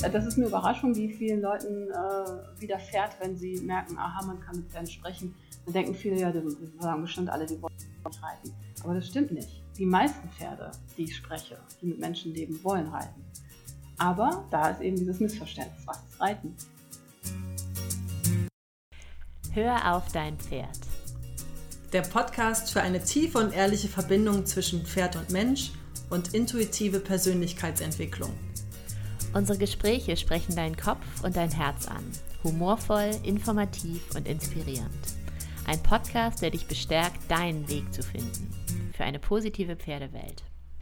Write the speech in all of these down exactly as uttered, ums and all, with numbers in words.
Das ist eine Überraschung, wie vielen Leuten äh, widerfährt, wenn sie merken, aha, man kann mit Pferden sprechen. Dann denken viele, ja, die sagen bestimmt alle, die wollen reiten. Aber das stimmt nicht. Die meisten Pferde, die ich spreche, die mit Menschen leben, wollen reiten. Aber da ist eben dieses Missverständnis, was ist Reiten? Hör auf dein Pferd. Der Podcast für eine tiefe und ehrliche Verbindung zwischen Pferd und Mensch und intuitive Persönlichkeitsentwicklung. Unsere Gespräche sprechen deinen Kopf und dein Herz an. Humorvoll, informativ und inspirierend. Ein Podcast, der dich bestärkt, deinen Weg zu finden. Für eine positive Pferdewelt.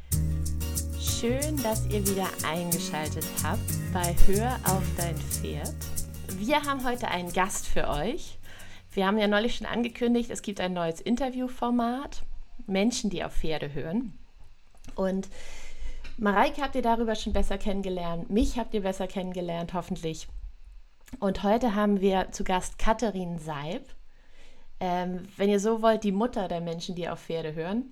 Schön, dass ihr wieder eingeschaltet habt bei Hör auf dein Pferd. Wir haben heute einen Gast für euch. Wir haben ja neulich schon angekündigt, es gibt ein neues Interviewformat. Menschen, die auf Pferde hören. Und Mareike habt ihr darüber schon besser kennengelernt. Mich habt ihr besser kennengelernt, hoffentlich. Und heute haben wir zu Gast Katharin Seib. Ähm, wenn ihr so wollt, die Mutter der Menschen, die auf Pferde hören.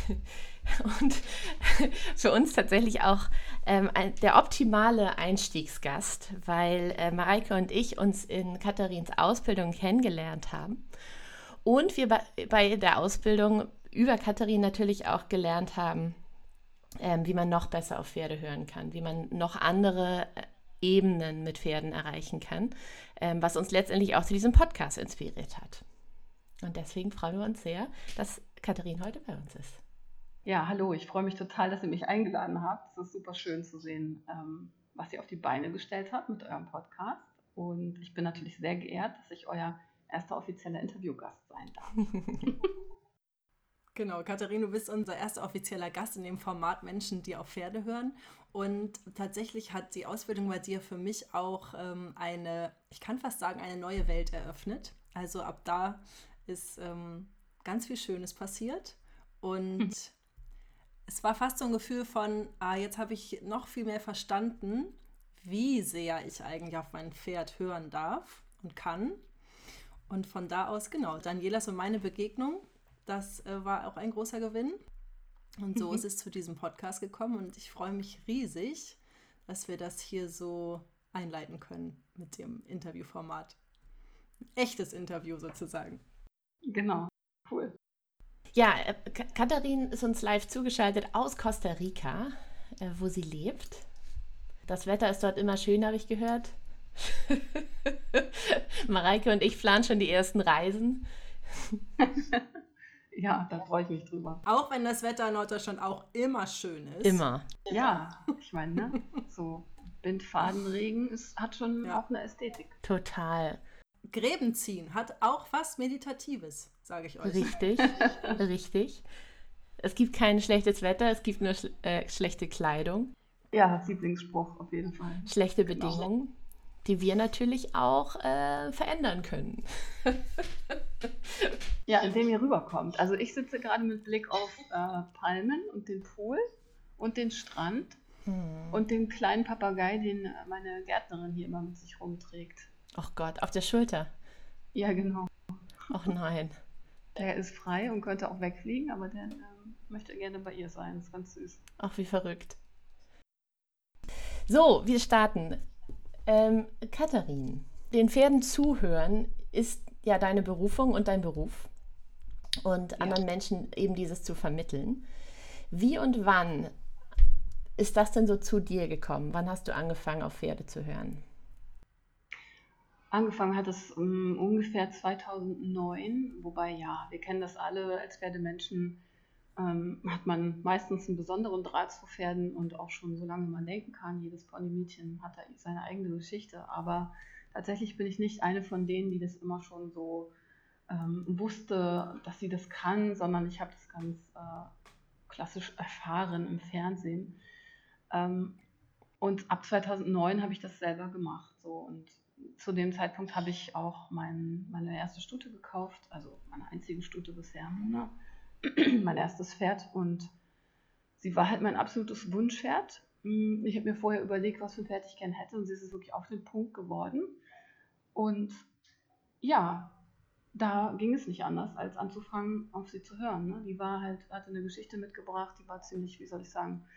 Und für uns tatsächlich auch ähm, ein, der optimale Einstiegsgast, weil äh, Mareike und ich uns in Katharins Ausbildung kennengelernt haben und wir bei, bei der Ausbildung über Katharin natürlich auch gelernt haben, ähm, wie man noch besser auf Pferde hören kann, wie man noch andere Ebenen mit Pferden erreichen kann, ähm, was uns letztendlich auch zu diesem Podcast inspiriert hat. Und deswegen freuen wir uns sehr, dass Katharin heute bei uns ist. Ja, hallo, ich freue mich total, dass ihr mich eingeladen habt. Es ist super schön zu sehen, ähm, was ihr auf die Beine gestellt habt mit eurem Podcast. Und ich bin natürlich sehr geehrt, dass ich euer erster offizieller Interviewgast sein darf. Genau, Katharin, du bist unser erster offizieller Gast in dem Format Menschen, die auf Pferde hören. Und tatsächlich hat die Ausbildung bei dir für mich auch ähm, eine, ich kann fast sagen, eine neue Welt eröffnet. Also ab da ist ähm, ganz viel Schönes passiert. Und mhm. es war fast so ein Gefühl von, ah, jetzt habe ich noch viel mehr verstanden, wie sehr ich eigentlich auf mein Pferd hören darf und kann. Und von da aus, genau, Danielas und meine Begegnung, das äh, war auch ein großer Gewinn. Und so mhm. ist es zu diesem Podcast gekommen. Und ich freue mich riesig, dass wir das hier so einleiten können mit dem Interviewformat. Ein echtes Interview sozusagen. Genau, cool. Ja, äh, Katharin ist uns live zugeschaltet aus Costa Rica, äh, wo sie lebt. Das Wetter ist dort immer schön, habe ich gehört. Mareike und ich planen schon die ersten Reisen. Ja, da freue ich mich drüber. Auch wenn das Wetter in Norddeutschland auch immer schön ist. Immer. Ja, ich meine, ne? So Windfadenregen ist, hat schon ja. auch eine Ästhetik. Total. Gräben ziehen hat auch was Meditatives, sage ich euch. Richtig, richtig. Es gibt kein schlechtes Wetter, es gibt nur sch- äh, schlechte Kleidung. Ja, Lieblingsspruch auf jeden Fall. Schlechte genau. Bedingungen, die wir natürlich auch äh, verändern können. Ja, indem ihr rüberkommt. Also ich sitze gerade mit Blick auf äh, Palmen und den Pool und den Strand hm. und den kleinen Papagei, den meine Gärtnerin hier immer mit sich rumträgt. Ach Gott, auf der Schulter? Ja, genau. Ach nein. Der ist frei und könnte auch wegfliegen, aber der ähm, möchte gerne bei ihr sein. Das ist ganz süß. Ach, wie verrückt. So, wir starten. Ähm, Katharin, den Pferden zuhören ist ja deine Berufung und dein Beruf. Und ja. anderen Menschen eben dieses zu vermitteln. Wie und wann ist das denn so zu dir gekommen? Wann hast du angefangen, auf Pferde zu hören? Angefangen hat es um, ungefähr zweitausendneun, wobei ja, wir kennen das alle, als Pferdemenschen ähm, hat man meistens einen besonderen Draht zu Pferden und auch schon so lange man denken kann, jedes Ponymädchen hat da seine eigene Geschichte, aber tatsächlich bin ich nicht eine von denen, die das immer schon so ähm, wusste, dass sie das kann, sondern ich habe das ganz äh, klassisch erfahren im Fernsehen. Ähm, und ab zweitausendneun habe ich das selber gemacht, so, und zu dem Zeitpunkt habe ich auch mein, meine erste Stute gekauft, also meine einzige Stute bisher, Mona, mein erstes Pferd, und sie war halt mein absolutes Wunschpferd. Ich habe mir vorher überlegt, was für ein Pferd ich gerne hätte, und sie ist wirklich auf den Punkt geworden. Und ja, da ging es nicht anders, als anzufangen, auf sie zu hören. Ne? Die war halt, hatte eine Geschichte mitgebracht, die war ziemlich, wie soll ich sagen,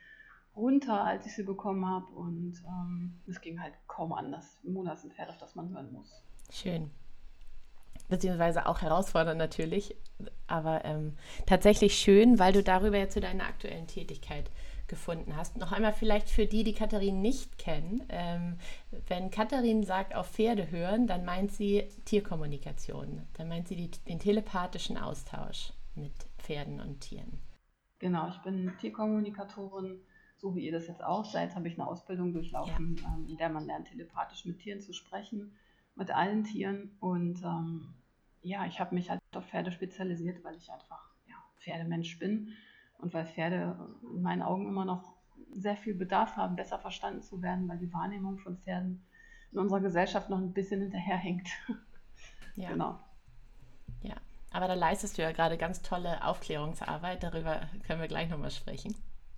runter, als ich sie bekommen habe. Und ähm, es ging halt kaum anders. Mona ist ein Pferd, auf das man hören muss. Schön. Beziehungsweise auch herausfordernd natürlich, aber ähm, tatsächlich schön, weil du darüber jetzt zu deiner aktuellen Tätigkeit gefunden hast. Noch einmal vielleicht für die, die Katharin nicht kennen. Ähm, wenn Katharin sagt, auf Pferde hören, dann meint sie Tierkommunikation. Dann meint sie die, den telepathischen Austausch mit Pferden und Tieren. Genau, ich bin Tierkommunikatorin, so wie ihr das jetzt auch seid, habe ich eine Ausbildung durchlaufen, ja. ähm, in der man lernt, telepathisch mit Tieren zu sprechen, mit allen Tieren. Und ähm, ja, ich habe mich halt auf Pferde spezialisiert, weil ich einfach ja, Pferdemensch bin und weil Pferde in meinen Augen immer noch sehr viel Bedarf haben, besser verstanden zu werden, weil die Wahrnehmung von Pferden in unserer Gesellschaft noch ein bisschen hinterherhängt. Ja. Genau. Ja, aber da leistest du ja gerade ganz tolle Aufklärungsarbeit, darüber können wir gleich nochmal sprechen.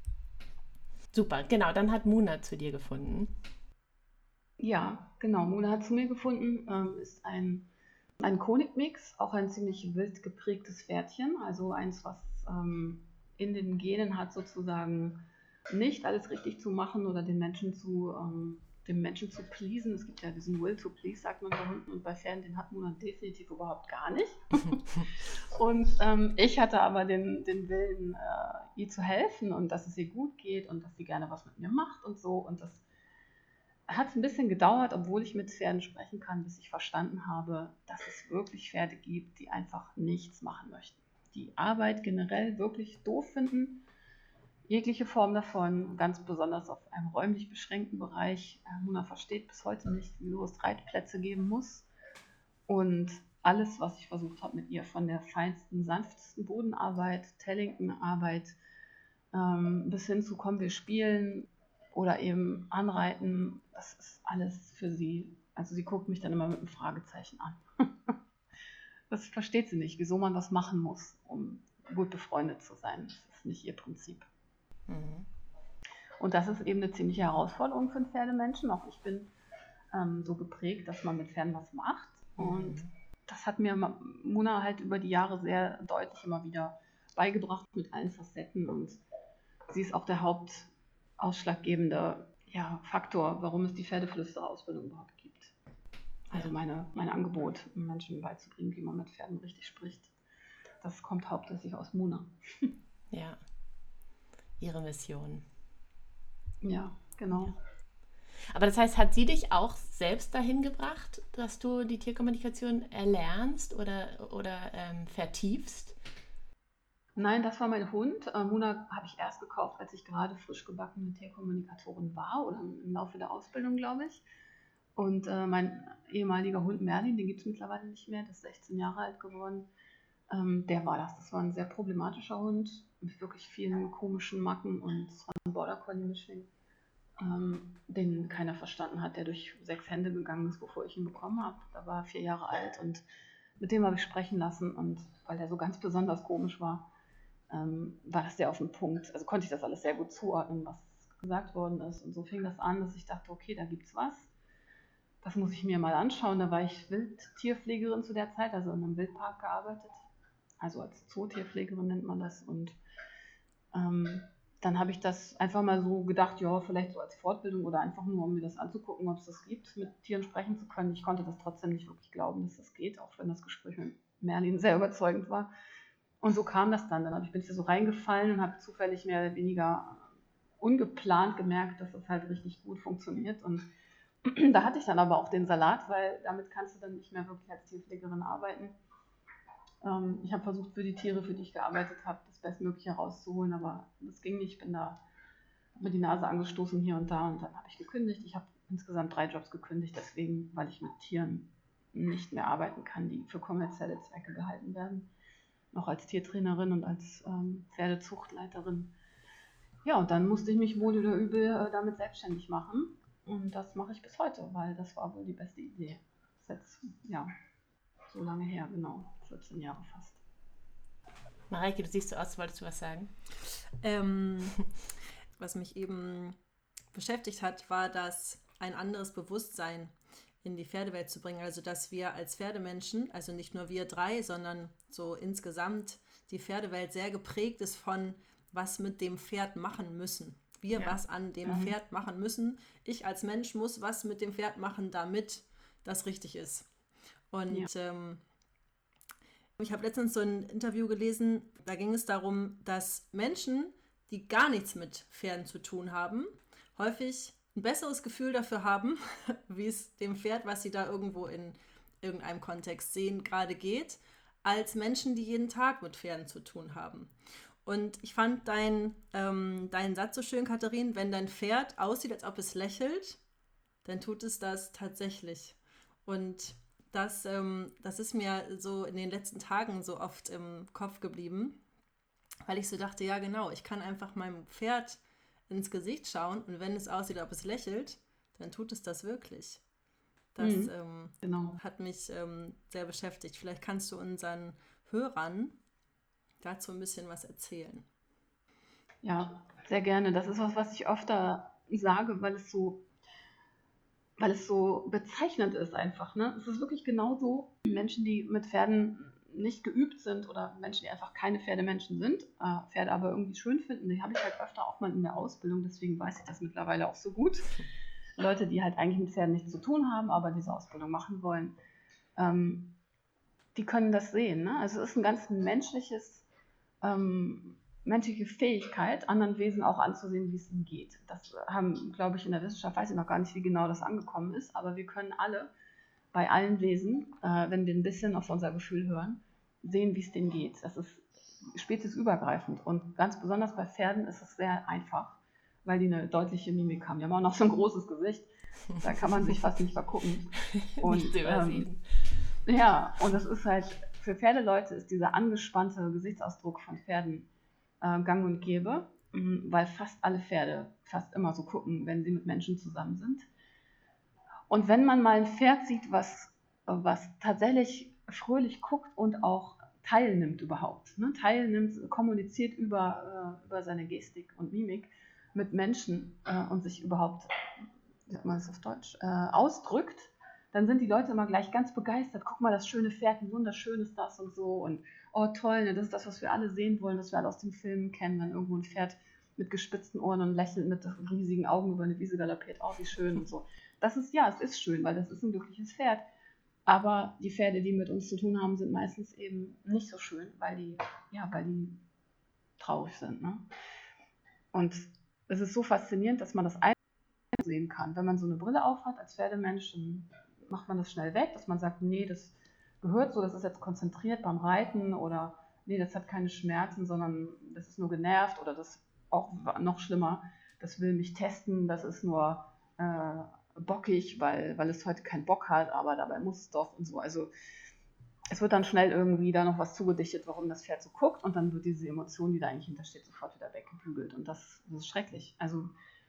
Super, genau, dann hat Mona zu dir gefunden. Ja, genau, Mona hat zu mir gefunden, ähm, ist ein Ein Konik-Mix, auch ein ziemlich wild geprägtes Pferdchen, also eins, was ähm, in den Genen hat, sozusagen nicht alles richtig zu machen oder den Menschen zu, ähm, dem Menschen zu pleasen. Es gibt ja diesen Will to please, sagt man bei Hunden, und bei Pferden, den hat Mona definitiv überhaupt gar nicht. Und ähm, ich hatte aber den, den Willen, äh, ihr zu helfen und dass es ihr gut geht und dass sie gerne was mit mir macht und so. Und das hat es ein bisschen gedauert, obwohl ich mit Pferden sprechen kann, bis ich verstanden habe, dass es wirklich Pferde gibt, die einfach nichts machen möchten. Die Arbeit generell wirklich doof finden, jegliche Form davon, ganz besonders auf einem räumlich beschränkten Bereich. Mona versteht bis heute nicht, wieso es Reitplätze geben muss. Und alles, was ich versucht habe mit ihr, von der feinsten, sanftesten Bodenarbeit, Tellington-Arbeit, ähm, bis hin zu komm, wir spielen, oder eben anreiten, das ist alles für sie. Also sie guckt mich dann immer mit einem Fragezeichen an. Das versteht sie nicht, wieso man was machen muss, um gut befreundet zu sein. Das ist nicht ihr Prinzip. Mhm. Und das ist eben eine ziemliche Herausforderung für einen Pferdemenschen. Auch ich bin ähm, so geprägt, dass man mit Pferden was macht. Mhm. Und das hat mir Mona halt über die Jahre sehr deutlich immer wieder beigebracht mit allen Facetten. Und sie ist auch der Haupt ausschlaggebende ja, Faktor, warum es die Pferdeflüsterausbildung überhaupt gibt. Also meine, mein Angebot, Menschen beizubringen, wie man mit Pferden richtig spricht, das kommt hauptsächlich aus Mona. Ja, ihre Mission. Ja, genau. Ja. Aber das heißt, hat sie dich auch selbst dahin gebracht, dass du die Tierkommunikation erlernst oder, oder ähm, vertiefst? Nein, das war mein Hund. Äh, Mona habe ich erst gekauft, als ich gerade frisch gebackene Tierkommunikatorin war oder im Laufe der Ausbildung, glaube ich. Und äh, mein ehemaliger Hund Merlin, den gibt es mittlerweile nicht mehr, der ist sechzehn Jahre alt geworden, ähm, der war das. Das war ein sehr problematischer Hund mit wirklich vielen komischen Macken und es war ein Border Collie Mischling, ähm, den keiner verstanden hat, der durch sechs Hände gegangen ist, bevor ich ihn bekommen habe. Da war er vier Jahre alt und mit dem habe ich sprechen lassen und weil der so ganz besonders komisch war, Ähm, war das sehr auf den Punkt, also konnte ich das alles sehr gut zuordnen, was gesagt worden ist. Und so fing das an, dass ich dachte, okay, da gibt's was. Das muss ich mir mal anschauen. Da war ich Wildtierpflegerin zu der Zeit, also in einem Wildpark gearbeitet. Also als Zootierpflegerin nennt man das. Und ähm, dann habe ich das einfach mal so gedacht, ja, vielleicht so als Fortbildung oder einfach nur, um mir das anzugucken, ob es das gibt, mit Tieren sprechen zu können. Ich konnte das trotzdem nicht wirklich glauben, dass das geht, auch wenn das Gespräch mit Merlin sehr überzeugend war. Und so kam das dann. Dann bin ich da so reingefallen und habe zufällig mehr oder weniger ungeplant gemerkt, dass das halt richtig gut funktioniert. Und da hatte ich dann aber auch den Salat, weil damit kannst du dann nicht mehr wirklich als Tierpflegerin arbeiten. Ähm, ich habe versucht, für die Tiere, für die ich gearbeitet habe, das Bestmögliche rauszuholen, aber das ging nicht. Ich bin da mir die Nase angestoßen hier und da und dann habe ich gekündigt. Ich habe insgesamt drei Jobs gekündigt, deswegen, weil ich mit Tieren nicht mehr arbeiten kann, die für kommerzielle Zwecke gehalten werden. Noch als Tiertrainerin und als ähm, Pferdezuchtleiterin. Ja, und dann musste ich mich wohl oder übel äh, damit selbstständig machen. Und das mache ich bis heute, weil das war wohl die beste Idee. Das ist jetzt, ja, so lange her, genau, vierzehn Jahre fast. Mareike, du siehst so aus, wolltest du was sagen? Ähm, was mich eben beschäftigt hat, war, dass ein anderes Bewusstsein in die Pferdewelt zu bringen. Also dass wir als Pferdemenschen, also nicht nur wir drei, sondern so insgesamt die Pferdewelt sehr geprägt ist von, was mit dem Pferd machen müssen. wir Ja. was an dem Mhm. Pferd machen müssen. Ich als Mensch muss was mit dem Pferd machen, damit das richtig ist. Und ähm, ich habe letztens so ein Interview gelesen, da ging es darum, dass Menschen, die gar nichts mit Pferden zu tun haben, häufig ein besseres Gefühl dafür haben, wie es dem Pferd, was sie da irgendwo in irgendeinem Kontext sehen, gerade geht, als Menschen, die jeden Tag mit Pferden zu tun haben. Und ich fand dein, ähm, deinen Satz so schön, Katharin: Wenn dein Pferd aussieht, als ob es lächelt, dann tut es das tatsächlich. Und das, ähm, das ist mir so in den letzten Tagen so oft im Kopf geblieben, weil ich so dachte, ja genau, ich kann einfach meinem Pferd ins Gesicht schauen und wenn es aussieht, ob es lächelt, dann tut es das wirklich. Das Mhm. ähm, Genau. hat mich ähm, sehr beschäftigt. Vielleicht kannst du unseren Hörern dazu ein bisschen was erzählen. Ja, sehr gerne. Das ist was, was ich öfter sage, weil es so, weil es so bezeichnend ist einfach. Ne? Es ist wirklich genauso, Menschen, die mit Pferden nicht geübt sind oder Menschen, die einfach keine Pferdemenschen sind, äh, Pferde aber irgendwie schön finden, die habe ich halt öfter auch mal in der Ausbildung, deswegen weiß ich das mittlerweile auch so gut. Leute, die halt eigentlich mit Pferden nichts zu tun haben, aber diese Ausbildung machen wollen, ähm, die können das sehen. Ne? Also es ist ein ganz menschliches, ähm, menschliche Fähigkeit, anderen Wesen auch anzusehen, wie es ihnen geht. Das haben, glaube ich, in der Wissenschaft, weiß ich noch gar nicht, wie genau das angekommen ist, aber wir können alle bei allen Wesen, äh, wenn wir ein bisschen auf unser Gefühl hören, sehen, wie es denen geht. Das ist speziesübergreifend und ganz besonders bei Pferden ist es sehr einfach, weil die eine deutliche Mimik haben. Die haben auch noch so ein großes Gesicht, da kann man sich fast nicht vergucken. Und, Nicht zu übersehen. Ähm, ja, und das ist halt, für Pferdeleute ist dieser angespannte Gesichtsausdruck von Pferden äh, gang und gäbe, mh, weil fast alle Pferde fast immer so gucken, wenn sie mit Menschen zusammen sind. Und wenn man mal ein Pferd sieht, was, was tatsächlich fröhlich guckt und auch teilnimmt überhaupt, ne? teilnimmt, kommuniziert über, äh, über seine Gestik und Mimik mit Menschen äh, und sich überhaupt, wie sagt man das auf Deutsch, äh, ausdrückt, dann sind die Leute immer gleich ganz begeistert. Guck mal, das schöne Pferd, wie wunderschön ist das und so. Und oh toll, ne, das ist das, was wir alle sehen wollen, was wir alle aus den Filmen kennen, wenn irgendwo ein Pferd mit gespitzten Ohren und lächelnd mit riesigen Augen über eine Wiese galoppiert. Oh, wie schön und so. Das ist, ja, es ist schön, weil das ist ein glückliches Pferd. Aber die Pferde, die mit uns zu tun haben, sind meistens eben nicht so schön, weil die, ja, weil die traurig sind. Ne? Und es ist so faszinierend, dass man das einsehen kann. Wenn man so eine Brille aufhat als Pferdemensch, dann macht man das schnell weg, dass man sagt, nee, das gehört so, das ist jetzt konzentriert beim Reiten oder nee, das hat keine Schmerzen, sondern das ist nur genervt oder das auch noch schlimmer, das will mich testen, das ist nur äh, bockig, weil, weil es heute keinen Bock hat, aber dabei muss es doch und so. Also es wird dann schnell irgendwie da noch was zugedichtet, warum das Pferd so guckt und dann wird diese Emotion, die da eigentlich hintersteht, sofort wieder weggebügelt und das, das ist schrecklich. Also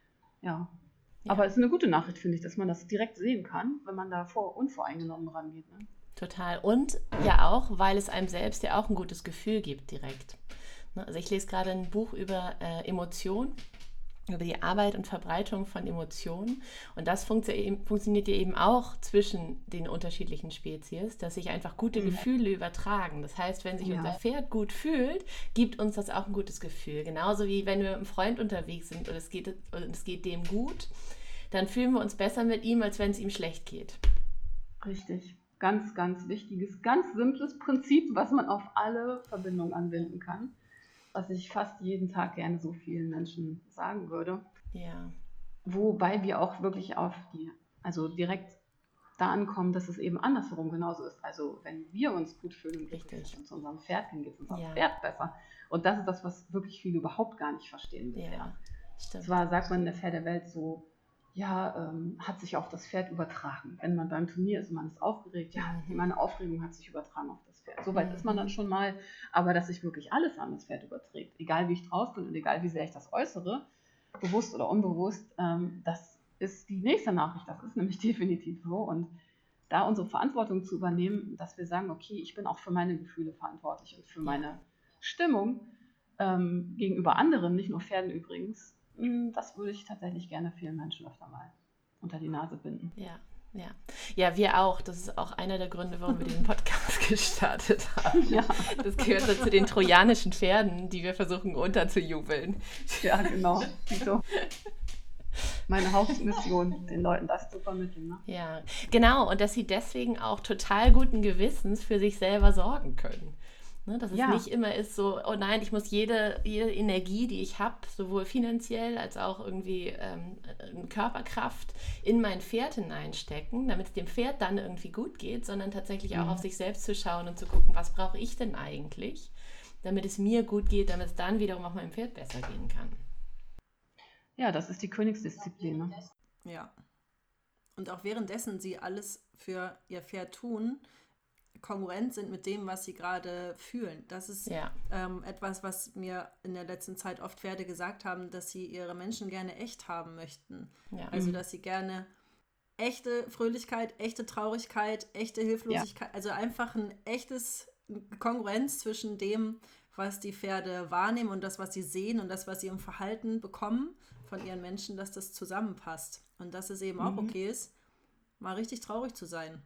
ja. Ja. Aber es ist eine gute Nachricht, finde ich, dass man das direkt sehen kann, wenn man da vor, unvoreingenommen rangeht. Ne? Total. Und ja auch, weil es einem selbst ja auch ein gutes Gefühl gibt direkt. Also ich lese gerade ein Buch über äh, Emotionen, über die Arbeit und Verbreitung von Emotionen. Und das funktio- funktioniert ja eben auch zwischen den unterschiedlichen Spezies, dass sich einfach gute mhm. Gefühle übertragen. Das heißt, wenn sich ja. unser Pferd gut fühlt, gibt uns das auch ein gutes Gefühl. Genauso wie wenn wir mit einem Freund unterwegs sind und es geht, und es geht dem gut, dann fühlen wir uns besser mit ihm, als wenn es ihm schlecht geht. Richtig. Ganz, ganz wichtiges, ganz simples Prinzip, was man auf alle Verbindungen anwenden kann, was ich fast jeden Tag gerne so vielen Menschen sagen würde. Ja. Wobei wir auch wirklich auf die, also direkt da ankommen, dass es eben andersherum genauso ist. Also wenn wir uns gut fühlen, geht es zu unserem Pferd, dann geht es unserem ja. Pferd besser. Und das ist das, was wirklich viele überhaupt gar nicht verstehen bisher. Ja, stimmt. Zwar sagt man in der Pferdewelt so, ja, ähm, hat sich auf das Pferd übertragen. Wenn man beim Turnier ist und man ist aufgeregt, ja, mhm. meine Aufregung hat sich übertragen auf das Pferd. Soweit mhm. ist man dann schon mal, aber dass sich wirklich alles an das Pferd überträgt, egal wie ich drauf bin und egal wie sehr ich das äußere, bewusst oder unbewusst, ähm, das ist die nächste Nachricht, das ist nämlich definitiv so. Und da unsere Verantwortung zu übernehmen, dass wir sagen, okay, ich bin auch für meine Gefühle verantwortlich und für meine Stimmung ähm, gegenüber anderen, nicht nur Pferden übrigens, das würde ich tatsächlich gerne vielen Menschen öfter mal unter die Nase binden. Ja, Ja. Ja, wir auch. Das ist auch einer der Gründe, warum wir den Podcast gestartet haben. Ja. Das gehört so zu den trojanischen Pferden, die wir versuchen unterzujubeln. Ja, genau. So. Meine Hauptmission, den Leuten das zu vermitteln. Ne? Ja, genau. Und dass sie deswegen auch total guten Gewissens für sich selber sorgen können. Ne, dass es Ja. nicht immer ist so, oh nein, ich muss jede, jede Energie, die ich habe, sowohl finanziell als auch irgendwie ähm, Körperkraft, in mein Pferd hineinstecken, damit es dem Pferd dann irgendwie gut geht, sondern tatsächlich auch Mhm. auf sich selbst zu schauen und zu gucken, was brauche ich denn eigentlich, damit es mir gut geht, damit es dann wiederum auch meinem Pferd besser gehen kann. Ja, das ist die Königsdisziplin. Ne? Ja. Und auch währenddessen sie alles für ihr Pferd tun, kongruent sind mit dem, was sie gerade fühlen. Das ist Ja. ähm, etwas, was mir in der letzten Zeit oft Pferde gesagt haben, dass sie ihre Menschen gerne echt haben möchten. Ja. Also, Mhm. dass sie gerne echte Fröhlichkeit, echte Traurigkeit, echte Hilflosigkeit, also einfach ein echtes Kongruenz zwischen dem, was die Pferde wahrnehmen und das, was sie sehen und das, was sie im Verhalten bekommen von ihren Menschen, dass das zusammenpasst. Und dass es eben auch Mhm. okay ist, mal richtig traurig zu sein.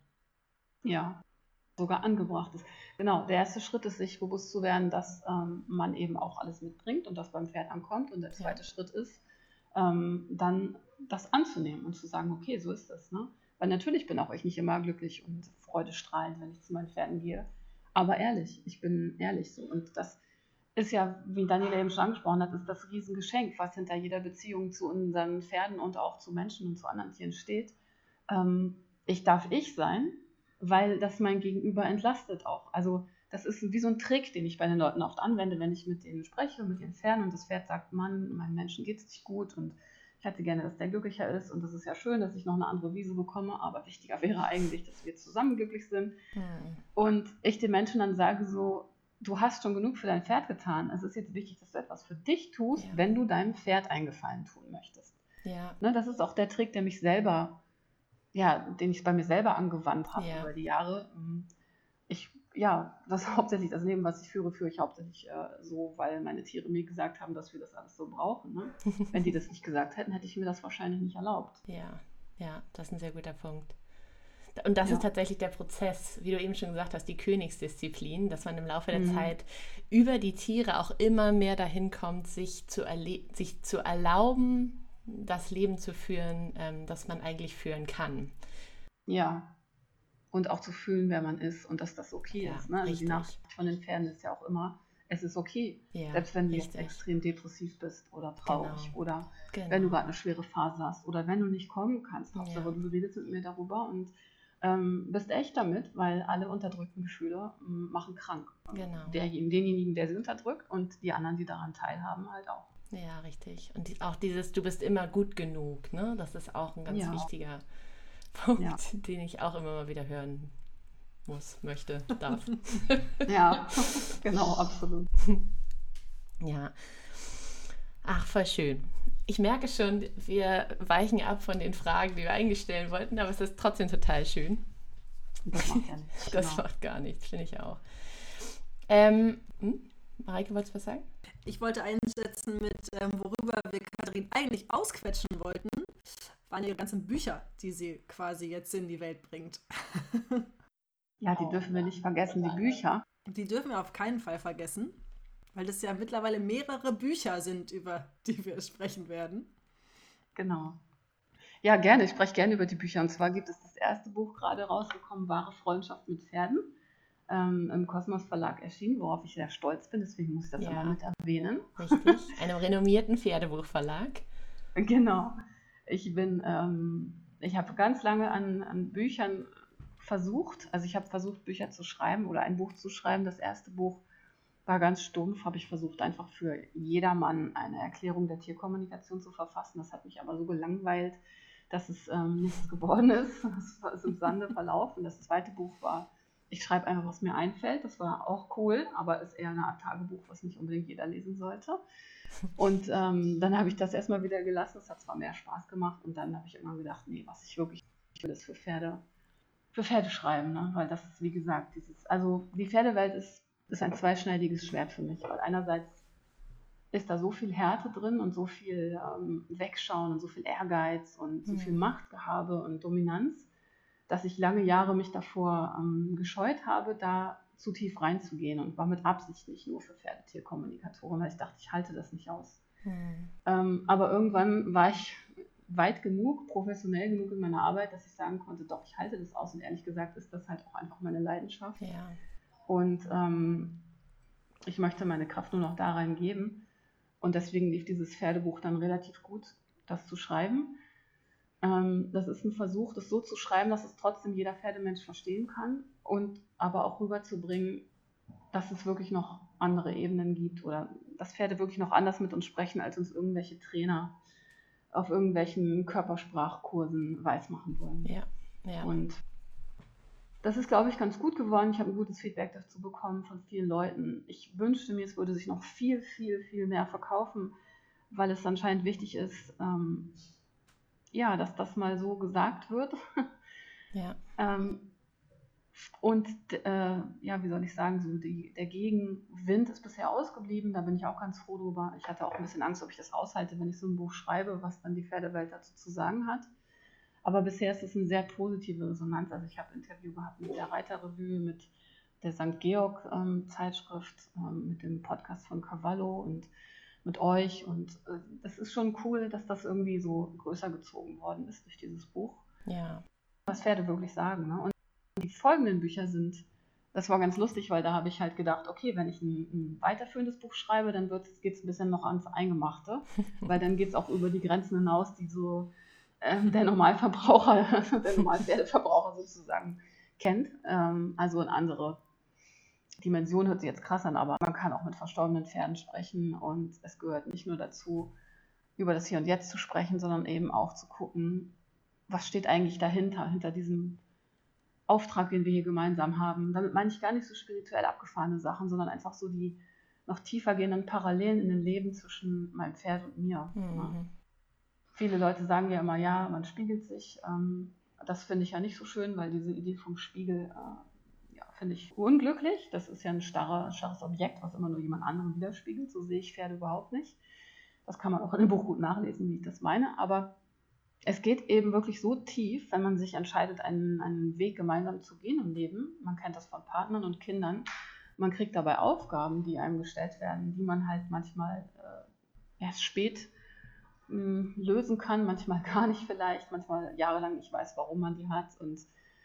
Ja, sogar angebracht ist. Genau, der erste Schritt ist, sich bewusst zu werden, dass ähm, man eben auch alles mitbringt und das beim Pferd ankommt. Und der zweite Schritt ist, ähm, dann das anzunehmen und zu sagen, okay, so ist es. Ne? Weil natürlich bin auch ich nicht immer glücklich und freudestrahlend, wenn ich zu meinen Pferden gehe. Aber ehrlich, ich bin ehrlich so. Und das ist ja, wie Daniela eben schon angesprochen hat, ist das Riesengeschenk, was hinter jeder Beziehung zu unseren Pferden und auch zu Menschen und zu anderen Tieren steht. Ähm, ich darf ich sein, weil das mein Gegenüber entlastet auch. Also das ist wie so ein Trick, den ich bei den Leuten oft anwende, wenn ich mit denen spreche, mit ihren Pferden und das Pferd sagt, Mann, meinem Menschen geht es nicht gut und ich hätte gerne, dass der glücklicher ist und das ist ja schön, dass ich noch eine andere Wiese bekomme, aber wichtiger wäre eigentlich, dass wir zusammen glücklich sind. Hm. Und ich den Menschen dann sage so, du hast schon genug für dein Pferd getan, es ist jetzt wichtig, dass du etwas für dich tust, Ja. wenn du deinem Pferd einen Gefallen tun möchtest. Ja. Ne, das ist auch der Trick, der mich selber ja, den ich bei mir selber angewandt habe Ja. über die Jahre. Ich, ja, das ist hauptsächlich das Leben, was ich führe, führe ich hauptsächlich äh, so, weil meine Tiere mir gesagt haben, dass wir das alles so brauchen. Ne? Wenn die das nicht gesagt hätten, hätte ich mir das wahrscheinlich nicht erlaubt. Ja, ja, das ist ein sehr guter Punkt. Und das Ja. ist tatsächlich der Prozess, wie du eben schon gesagt hast, die Königsdisziplin, dass man im Laufe der Mhm. Zeit über die Tiere auch immer mehr dahin kommt, sich zu, erle- sich zu erlauben, das Leben zu führen, ähm, das man eigentlich führen kann. Ja. Und auch zu fühlen, wer man ist und dass das okay Ja, ist. Ne? Also die richtig. Nachricht von den Pferden ist ja auch immer, es ist okay. Ja, Selbst wenn du jetzt richtig. extrem depressiv bist oder traurig Genau. oder Genau. wenn du gerade eine schwere Phase hast oder wenn du nicht kommen kannst. Hauptsache, Ja. du redest mit mir darüber und ähm, bist echt damit, weil alle unterdrückten Gefühle ähm, machen krank. Genau. Derjen- denjenigen, der sie unterdrückt und die anderen, die daran teilhaben, halt auch. Ja, richtig. Und die, auch dieses, du bist immer gut genug, ne? Das ist auch ein ganz Ja. wichtiger Punkt, Ja. den ich auch immer mal wieder hören muss, möchte, darf. Ja, genau, absolut. Ja. Ach, voll schön. Ich merke schon, wir weichen ab von den Fragen, die wir eigentlich stellen wollten, aber es ist trotzdem total schön. Das macht ja nichts. Das genau. macht gar nichts, finde ich auch. Ähm, hm? Mareike, wolltest du was sagen? Ich wollte einsetzen mit, ähm, worüber wir Katharin eigentlich ausquetschen wollten, waren ihre ganzen Bücher, die sie quasi jetzt in die Welt bringt. Ja, die dürfen wir nicht vergessen, die Bücher. Die dürfen wir auf keinen Fall vergessen, weil das ja mittlerweile mehrere Bücher sind, über die wir sprechen werden. Genau. Ja, gerne. Ich spreche gerne über die Bücher. Und zwar gibt es das erste Buch gerade rausgekommen, Wahre Freundschaft mit Pferden, ähm, im Kosmos Verlag erschienen, worauf ich sehr stolz bin. Deswegen muss ich das Ja. immer mit erwähnen. Richtig. Einem renommierten Pferdebuchverlag. Genau. Ich bin, ähm, ich habe ganz lange an, an Büchern versucht. Also ich habe versucht, Bücher zu schreiben oder ein Buch zu schreiben. Das erste Buch war ganz stumpf, habe ich versucht, einfach für jedermann eine Erklärung der Tierkommunikation zu verfassen. Das hat mich aber so gelangweilt, dass es ähm, nichts geworden ist. Es ist im Sande verlaufen. Das zweite Buch war, ich schreibe einfach, was mir einfällt. Das war auch cool, aber ist eher eine Art Tagebuch, was nicht unbedingt jeder lesen sollte. Und ähm, dann habe ich das erstmal wieder gelassen. Es hat zwar mehr Spaß gemacht und dann habe ich immer gedacht, nee, was ich wirklich will, ist für Pferde, für Pferde schreiben, ne? Weil das ist, wie gesagt, dieses, also die Pferdewelt ist, ist ein zweischneidiges Schwert für mich, weil einerseits ist da so viel Härte drin und so viel ähm, Wegschauen und so viel Ehrgeiz und so viel Mhm. Machtgehabe und Dominanz. dass ich lange Jahre mich davor ähm, gescheut habe, da zu tief reinzugehen und war mit Absicht nicht nur für Pferdetierkommunikatoren, weil ich dachte, ich halte das nicht aus. Mhm. Ähm, aber irgendwann war ich weit genug, professionell genug in meiner Arbeit, dass ich sagen konnte, doch, ich halte das aus. Und ehrlich gesagt ist das halt auch einfach meine Leidenschaft. Ja. Und ähm, ich möchte meine Kraft nur noch da reingeben. Und deswegen lief dieses Pferdebuch dann relativ gut, das zu schreiben. Ähm, das ist ein Versuch, das so zu schreiben, dass es trotzdem jeder Pferdemensch verstehen kann und aber auch rüberzubringen, dass es wirklich noch andere Ebenen gibt oder dass Pferde wirklich noch anders mit uns sprechen, als uns irgendwelche Trainer auf irgendwelchen Körpersprachkursen weismachen wollen. Ja, ja. Und das ist, glaube ich, ganz gut geworden. Ich habe ein gutes Feedback dazu bekommen von vielen Leuten. Ich wünschte mir, es würde sich noch viel, viel, viel mehr verkaufen, weil es anscheinend wichtig ist, ähm, ja, dass das mal so gesagt wird. Ja. ähm, und äh, ja, wie soll ich sagen, so die, der Gegenwind ist bisher ausgeblieben. Da bin ich auch ganz froh drüber. Ich hatte auch ein bisschen Angst, ob ich das aushalte, wenn ich so ein Buch schreibe, was dann die Pferdewelt dazu zu sagen hat. Aber bisher ist es eine sehr positive Resonanz. Also ich habe ein Interview gehabt mit der Reiterrevue, mit der Sankt Georg ähm, Zeitschrift, ähm, mit dem Podcast von Cavallo und mit euch. Und äh, das ist schon cool, dass das irgendwie so größer gezogen worden ist durch dieses Buch. Ja. Was Pferde wirklich sagen. Ne? Und die folgenden Bücher sind, das war ganz lustig, weil da habe ich halt gedacht, okay, wenn ich ein, ein weiterführendes Buch schreibe, dann geht es ein bisschen noch ans Eingemachte, weil dann geht es auch über die Grenzen hinaus, die so ähm, der Normalverbraucher, der Normalpferdeverbraucher sozusagen kennt. Ähm, also eine andere Dimension, hört sich jetzt krass an, aber man kann auch mit verstorbenen Pferden sprechen und es gehört nicht nur dazu, über das Hier und Jetzt zu sprechen, sondern eben auch zu gucken, was steht eigentlich dahinter, hinter diesem Auftrag, den wir hier gemeinsam haben. Damit meine ich gar nicht so spirituell abgefahrene Sachen, sondern einfach so die noch tiefer gehenden Parallelen in dem Leben zwischen meinem Pferd und mir. Mhm. Ja. Viele Leute sagen ja immer, ja, man spiegelt sich. Ähm, das finde ich ja nicht so schön, weil diese Idee vom Spiegel äh, ja, finde ich unglücklich. Das ist ja ein starre, starres Objekt, was immer nur jemand anderen widerspiegelt. So sehe ich Pferde überhaupt nicht. Das kann man auch in dem Buch gut nachlesen, wie ich das meine. Aber es geht eben wirklich so tief, wenn man sich entscheidet, einen, einen Weg gemeinsam zu gehen im Leben. Man kennt das von Partnern und Kindern. Man kriegt dabei Aufgaben, die einem gestellt werden, die man halt manchmal äh, erst spät mh, lösen kann, manchmal gar nicht vielleicht, manchmal jahrelang nicht weiß, warum man die hat. Und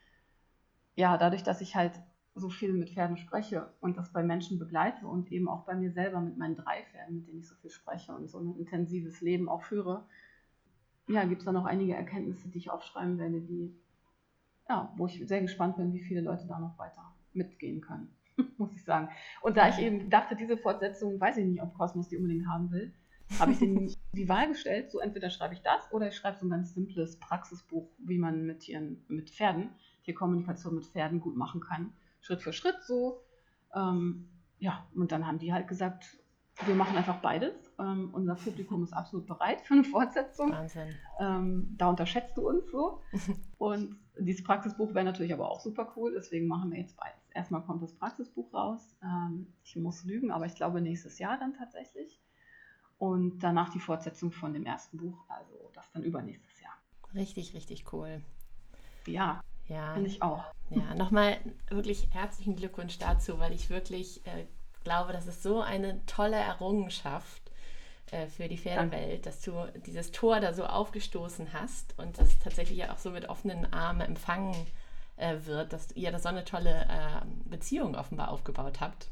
ja, dadurch, dass ich halt so viel mit Pferden spreche und das bei Menschen begleite und eben auch bei mir selber mit meinen drei Pferden, mit denen ich so viel spreche und so ein intensives Leben auch führe, ja, gibt es da noch einige Erkenntnisse, die ich aufschreiben werde, die, ja, wo ich sehr gespannt bin, wie viele Leute da noch weiter mitgehen können, muss ich sagen. Und da ich eben dachte, diese Fortsetzung, weiß ich nicht, ob Kosmos die unbedingt haben will, habe ich denen die Wahl gestellt, so entweder schreibe ich das oder ich schreibe so ein ganz simples Praxisbuch, wie man mit Tieren, mit Pferden, Tierkommunikation mit Pferden gut machen kann, Schritt für Schritt so. Ähm, ja, und dann haben die halt gesagt, wir machen einfach beides. Ähm, unser Publikum ist absolut bereit für eine Fortsetzung. Wahnsinn. Ähm, da unterschätzt du uns so. Und dieses Praxisbuch wäre natürlich aber auch super cool, deswegen machen wir jetzt beides. Erstmal kommt das Praxisbuch raus. Ähm, ich muss lügen, aber ich glaube nächstes Jahr dann tatsächlich. Und danach die Fortsetzung von dem ersten Buch, also das dann übernächstes Jahr. Richtig, richtig cool. Ja, ja. Finde ich auch. Ja, nochmal wirklich herzlichen Glückwunsch dazu, weil ich wirklich äh, glaube, das ist so eine tolle Errungenschaft äh, für die Pferdewelt, dass du dieses Tor da so aufgestoßen hast und das tatsächlich auch so mit offenen Armen empfangen äh, wird, dass ihr da so eine tolle äh, Beziehung offenbar aufgebaut habt.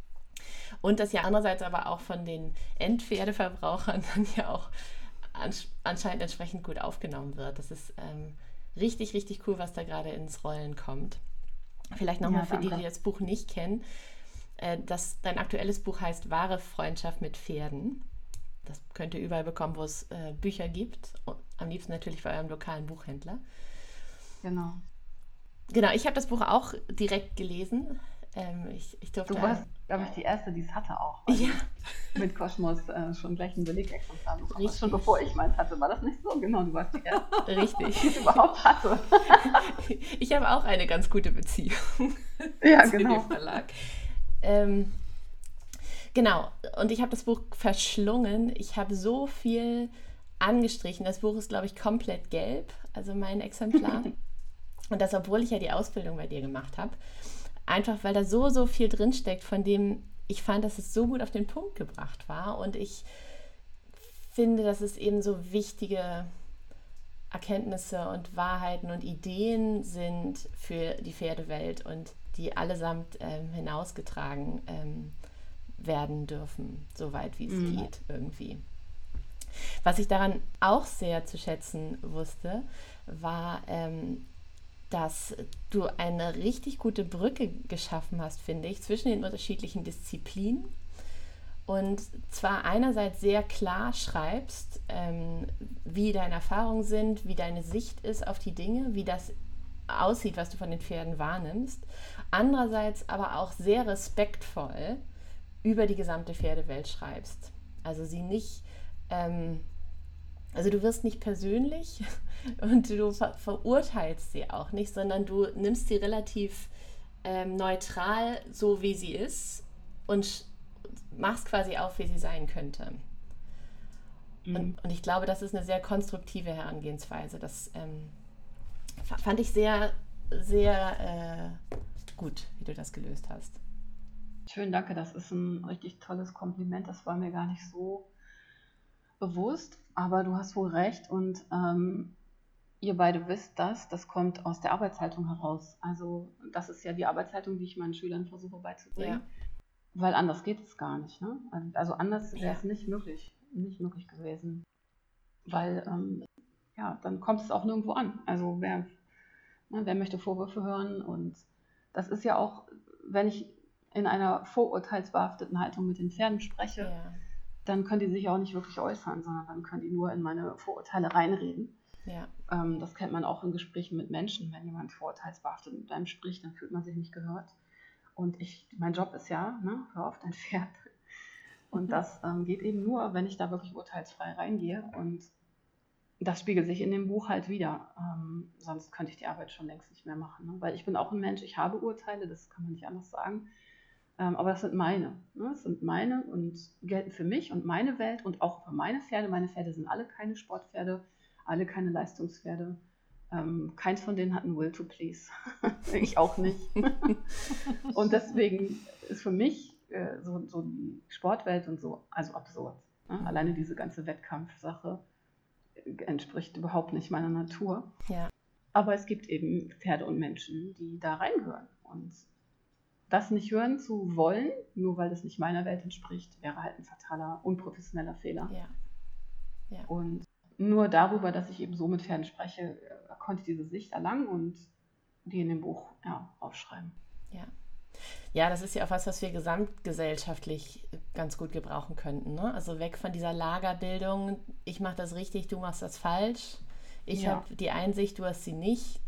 Und das ja andererseits aber auch von den Endpferdeverbrauchern dann ja auch ans- anscheinend entsprechend gut aufgenommen wird. Das ist ähm, richtig, richtig cool, was da gerade ins Rollen kommt. Vielleicht nochmal Ja, für die, danke. die das Buch nicht kennen. Äh, das, dein aktuelles Buch heißt Wahre Freundschaft mit Pferden. Das könnt ihr überall bekommen, wo es äh, Bücher gibt. Und am liebsten natürlich bei eurem lokalen Buchhändler. Genau. Genau, ich habe das Buch auch direkt gelesen. Ähm, ich, ich durfte Du warst, glaube ich, die Erste, die es hatte auch. ein, ja, Mit Kosmos äh, schon gleich ein Belegexemplar bekommen. Richtig. Schon bevor ich meins hatte. War das nicht so? Genau, du warst die Erste, richtig. die es überhaupt hatte. Ich habe auch eine ganz gute Beziehung Ja, zu genau. dem Verlag. Ähm, genau, und ich habe das Buch verschlungen. Ich habe so viel angestrichen. Das Buch ist, glaube ich, komplett gelb, also mein Exemplar. Und das, obwohl ich ja die Ausbildung bei dir gemacht habe. Einfach, weil da so, so viel drinsteckt, von dem ich fand, dass es so gut auf den Punkt gebracht war. Und ich finde, dass es eben so wichtige Erkenntnisse und Wahrheiten und Ideen sind für die Pferdewelt und die allesamt ähm, hinausgetragen ähm, werden dürfen, soweit wie es mhm. geht irgendwie. Was ich daran auch sehr zu schätzen wusste, war, ähm, dass du eine richtig gute Brücke geschaffen hast, finde ich, zwischen den unterschiedlichen Disziplinen. Und zwar einerseits sehr klar schreibst, ähm, wie deine Erfahrungen sind, wie deine Sicht ist auf die Dinge, wie das aussieht, was du von den Pferden wahrnimmst. Andererseits aber auch sehr respektvoll über die gesamte Pferdewelt schreibst. Also sie nicht, ähm, also du wirst nicht persönlich und du ver- verurteilst sie auch nicht, sondern du nimmst sie relativ ähm, neutral, so wie sie ist und sch- machst quasi auf, wie sie sein könnte. Mhm. Und, und ich glaube, das ist eine sehr konstruktive Herangehensweise. Das ähm, f- fand ich sehr, sehr äh, gut, wie du das gelöst hast. Schön, danke. Das ist ein richtig tolles Kompliment. Das war mir gar nicht so bewusst, aber du hast wohl recht. Und ähm, ihr beide wisst das, das kommt aus der Arbeitshaltung heraus. Also das ist ja die Arbeitshaltung, die ich meinen Schülern versuche beizubringen. Ja. Weil anders geht es gar nicht. Ne? Also anders wäre es ja. nicht möglich, nicht möglich gewesen. Weil, ähm, ja, dann kommt es auch nirgendwo an. Also wer, ne, wer möchte Vorwürfe hören? Und das ist ja auch, wenn ich in einer vorurteilsbehafteten Haltung mit den Pferden spreche, ja. dann können die sich auch nicht wirklich äußern, sondern dann können die nur in meine Vorurteile reinreden. Ja. Ähm, das kennt man auch in Gesprächen mit Menschen. Wenn jemand vorurteilsbehaftet mit einem spricht, dann fühlt man sich nicht gehört. Und ich, mein Job ist ja, ne, hör auf dein Pferd. Und das ähm, geht eben nur, wenn ich da wirklich urteilsfrei reingehe. Und das spiegelt sich in dem Buch halt wieder. Ähm, sonst könnte ich die Arbeit schon längst nicht mehr machen. Ne? Weil ich bin auch ein Mensch, ich habe Urteile, das kann man nicht anders sagen. Ähm, aber das sind meine. Ne? Das sind meine und gelten für mich und meine Welt und auch für meine Pferde. Meine Pferde sind alle keine Sportpferde, alle keine Leistungspferde. Ähm, keins von denen hat einen Will to Please. Ich auch nicht. Und deswegen ist für mich äh, so, so die Sportwelt und so, also absurd. Ne? Mhm. Alleine diese ganze Wettkampfsache entspricht überhaupt nicht meiner Natur. Ja. Aber es gibt eben Pferde und Menschen, die da reingehören. Und das nicht hören zu wollen, nur weil das nicht meiner Welt entspricht, wäre halt ein fataler, unprofessioneller Fehler. Ja. Ja. Und nur darüber, dass ich eben so mit Pferden spreche, konnte ich diese Sicht erlangen und die in dem Buch ja, aufschreiben. Ja. Ja, das ist ja auch was, was wir gesamtgesellschaftlich ganz gut gebrauchen könnten. Ne? Also weg von dieser Lagerbildung, ich mache das richtig, du machst das falsch. Ich ja. habe die Einsicht, du hast sie nicht.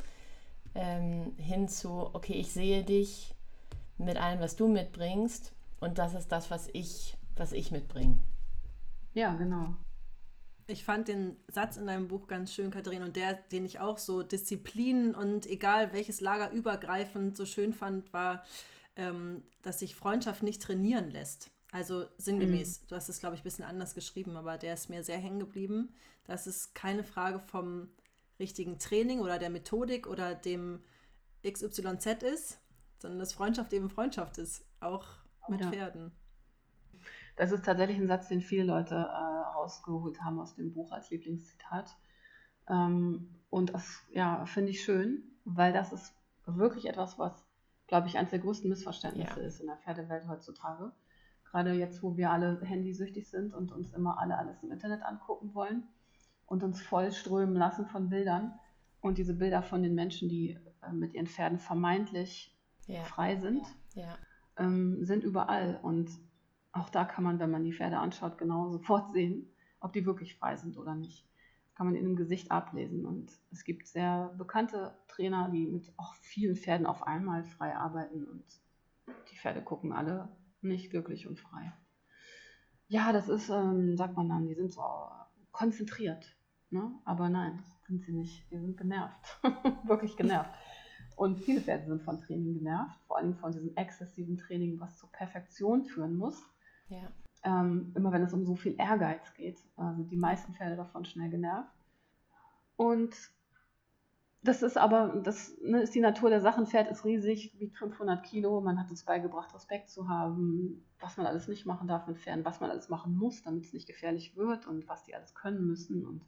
Ähm, hin zu, okay, ich sehe dich mit allem, was du mitbringst und das ist das, was ich, was ich mitbringe. Ja, genau. Ich fand den Satz in deinem Buch ganz schön, Katharina, und der, den ich auch so Disziplin und egal welches Lager übergreifend so schön fand, war, ähm, dass sich Freundschaft nicht trainieren lässt. Also sinngemäß, mhm. du hast es, glaube ich, ein bisschen anders geschrieben, aber der ist mir sehr hängen geblieben. Das ist keine Frage vom richtigen Training oder der Methodik oder dem X Y Z ist, sondern dass Freundschaft eben Freundschaft ist, auch mit ja. Pferden. Das ist tatsächlich ein Satz, den viele Leute äh, rausgeholt haben aus dem Buch als Lieblingszitat. Ähm, und das ja, finde ich schön, weil das ist wirklich etwas, was, glaube ich, eines der größten Missverständnisse ja. ist in der Pferdewelt heutzutage. Gerade jetzt, wo wir alle handysüchtig sind und uns immer alle alles im Internet angucken wollen und uns vollströmen lassen von Bildern. Und diese Bilder von den Menschen, die äh, mit ihren Pferden vermeintlich ja. frei sind, ja. ähm, sind überall. Und auch da kann man, wenn man die Pferde anschaut, genau sofort sehen, ob die wirklich frei sind oder nicht. Das kann man in dem Gesicht ablesen. Und es gibt sehr bekannte Trainer, die mit auch vielen Pferden auf einmal frei arbeiten. Und die Pferde gucken alle nicht glücklich und frei. Ja, das ist, ähm, sagt man dann, die sind so konzentriert. Ne? Aber nein, sind sie nicht. Die sind genervt. Wirklich genervt. Und viele Pferde sind von Training genervt. Vor allem von diesem exzessiven Training, was zur Perfektion führen muss. Ja. Ähm, immer wenn es um so viel Ehrgeiz geht, äh, sind die meisten Pferde davon schnell genervt. Und Das ist aber, das ne, ist die Natur der Sache. Ein Pferd ist riesig, wiegt fünfhundert Kilo. Man hat uns beigebracht, Respekt zu haben, was man alles nicht machen darf mit Pferden, was man alles machen muss, damit es nicht gefährlich wird und was die alles können müssen. Und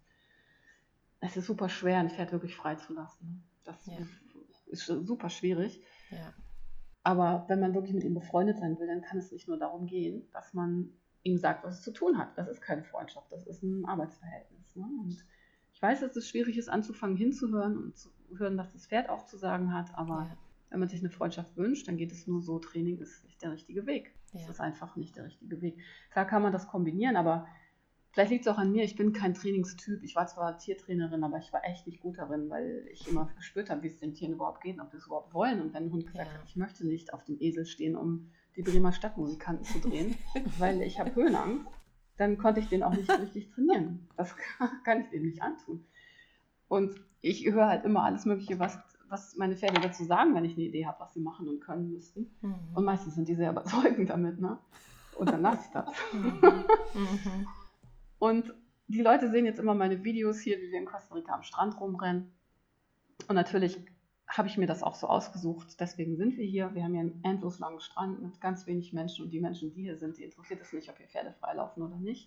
es ist super schwer, ein Pferd wirklich freizulassen. Das Ja. ist super schwierig. Ja. Aber wenn man wirklich mit ihm befreundet sein will, dann kann es nicht nur darum gehen, dass man ihm sagt, was es zu tun hat. Das ist keine Freundschaft, das ist ein Arbeitsverhältnis. Ne? Und ich weiß, dass es schwierig ist, anzufangen hinzuhören und zu hören, was das Pferd auch zu sagen hat. Aber Ja. wenn man sich eine Freundschaft wünscht, dann geht es nur so. Training ist nicht der richtige Weg. Ja. Es ist einfach nicht der richtige Weg. Klar kann man das kombinieren, aber vielleicht liegt es auch an mir. Ich bin kein Trainingstyp. Ich war zwar Tiertrainerin, aber ich war echt nicht gut darin, weil ich immer gespürt habe, wie es den Tieren überhaupt geht und ob sie es überhaupt wollen. Und wenn ein Hund gesagt Ja. hat, ich möchte nicht auf dem Esel stehen, um die Bremer Stadtmusikanten zu drehen, weil ich habe Höhenangst, dann konnte ich den auch nicht richtig trainieren. Das kann ich dem nicht antun. Und ich höre halt immer alles Mögliche, was, was meine Pferde dazu sagen, wenn ich eine Idee habe, was sie machen und können müssten. Mhm. Und meistens sind die sehr überzeugend damit, ne? Und dann lasse ich das. Mhm. Mhm. Und die Leute sehen jetzt immer meine Videos hier, wie wir in Costa Rica am Strand rumrennen. Und natürlich habe ich mir das auch so ausgesucht. Deswegen sind wir hier. Wir haben hier einen endlos langen Strand mit ganz wenig Menschen. Und die Menschen, die hier sind, die interessiert es nicht, ob hier Pferde freilaufen oder nicht.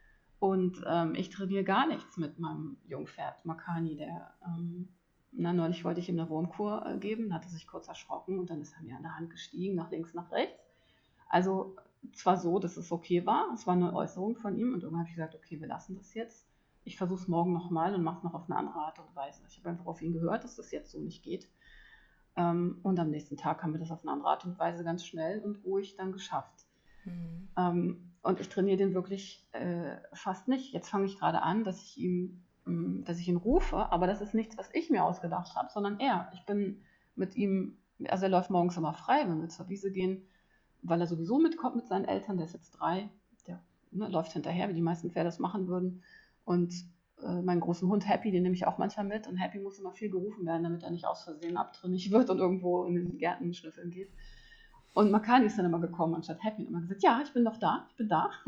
Und ähm, ich trainiere gar nichts mit meinem Jungpferd Makani. Der, ähm, na, neulich wollte ich ihm eine Wurmkur äh, geben, hatte sich kurz erschrocken und dann ist er mir an der Hand gestiegen, nach links, nach rechts. Also zwar so, dass es okay war, es war eine Äußerung von ihm und irgendwann habe ich gesagt, okay, wir lassen das jetzt. Ich versuche es morgen nochmal und mache es noch auf eine andere Art und Weise. Ich habe einfach auf ihn gehört, dass das jetzt so nicht geht. Ähm, und am nächsten Tag haben wir das auf eine andere Art und Weise ganz schnell und ruhig dann geschafft. Mhm. Ähm, und ich trainiere den wirklich äh, fast nicht. Jetzt fange ich gerade an, dass ich ihm, ähm, dass ich ihn rufe, aber das ist nichts, was ich mir ausgedacht habe, sondern er. Ich bin mit ihm, also er läuft morgens immer frei, wenn wir zur Wiese gehen, weil er sowieso mitkommt mit seinen Eltern, der ist jetzt drei, der ne, läuft hinterher, wie die meisten Pferde das machen würden. Und äh, meinen großen Hund Happy, den nehme ich auch manchmal mit. Und Happy muss immer viel gerufen werden, damit er nicht aus Versehen abtrünnig wird und irgendwo in den Gärten schnüffeln geht. Und Makani ist dann immer gekommen, anstatt Happy, und immer gesagt, ja, ich bin noch da, ich bin da.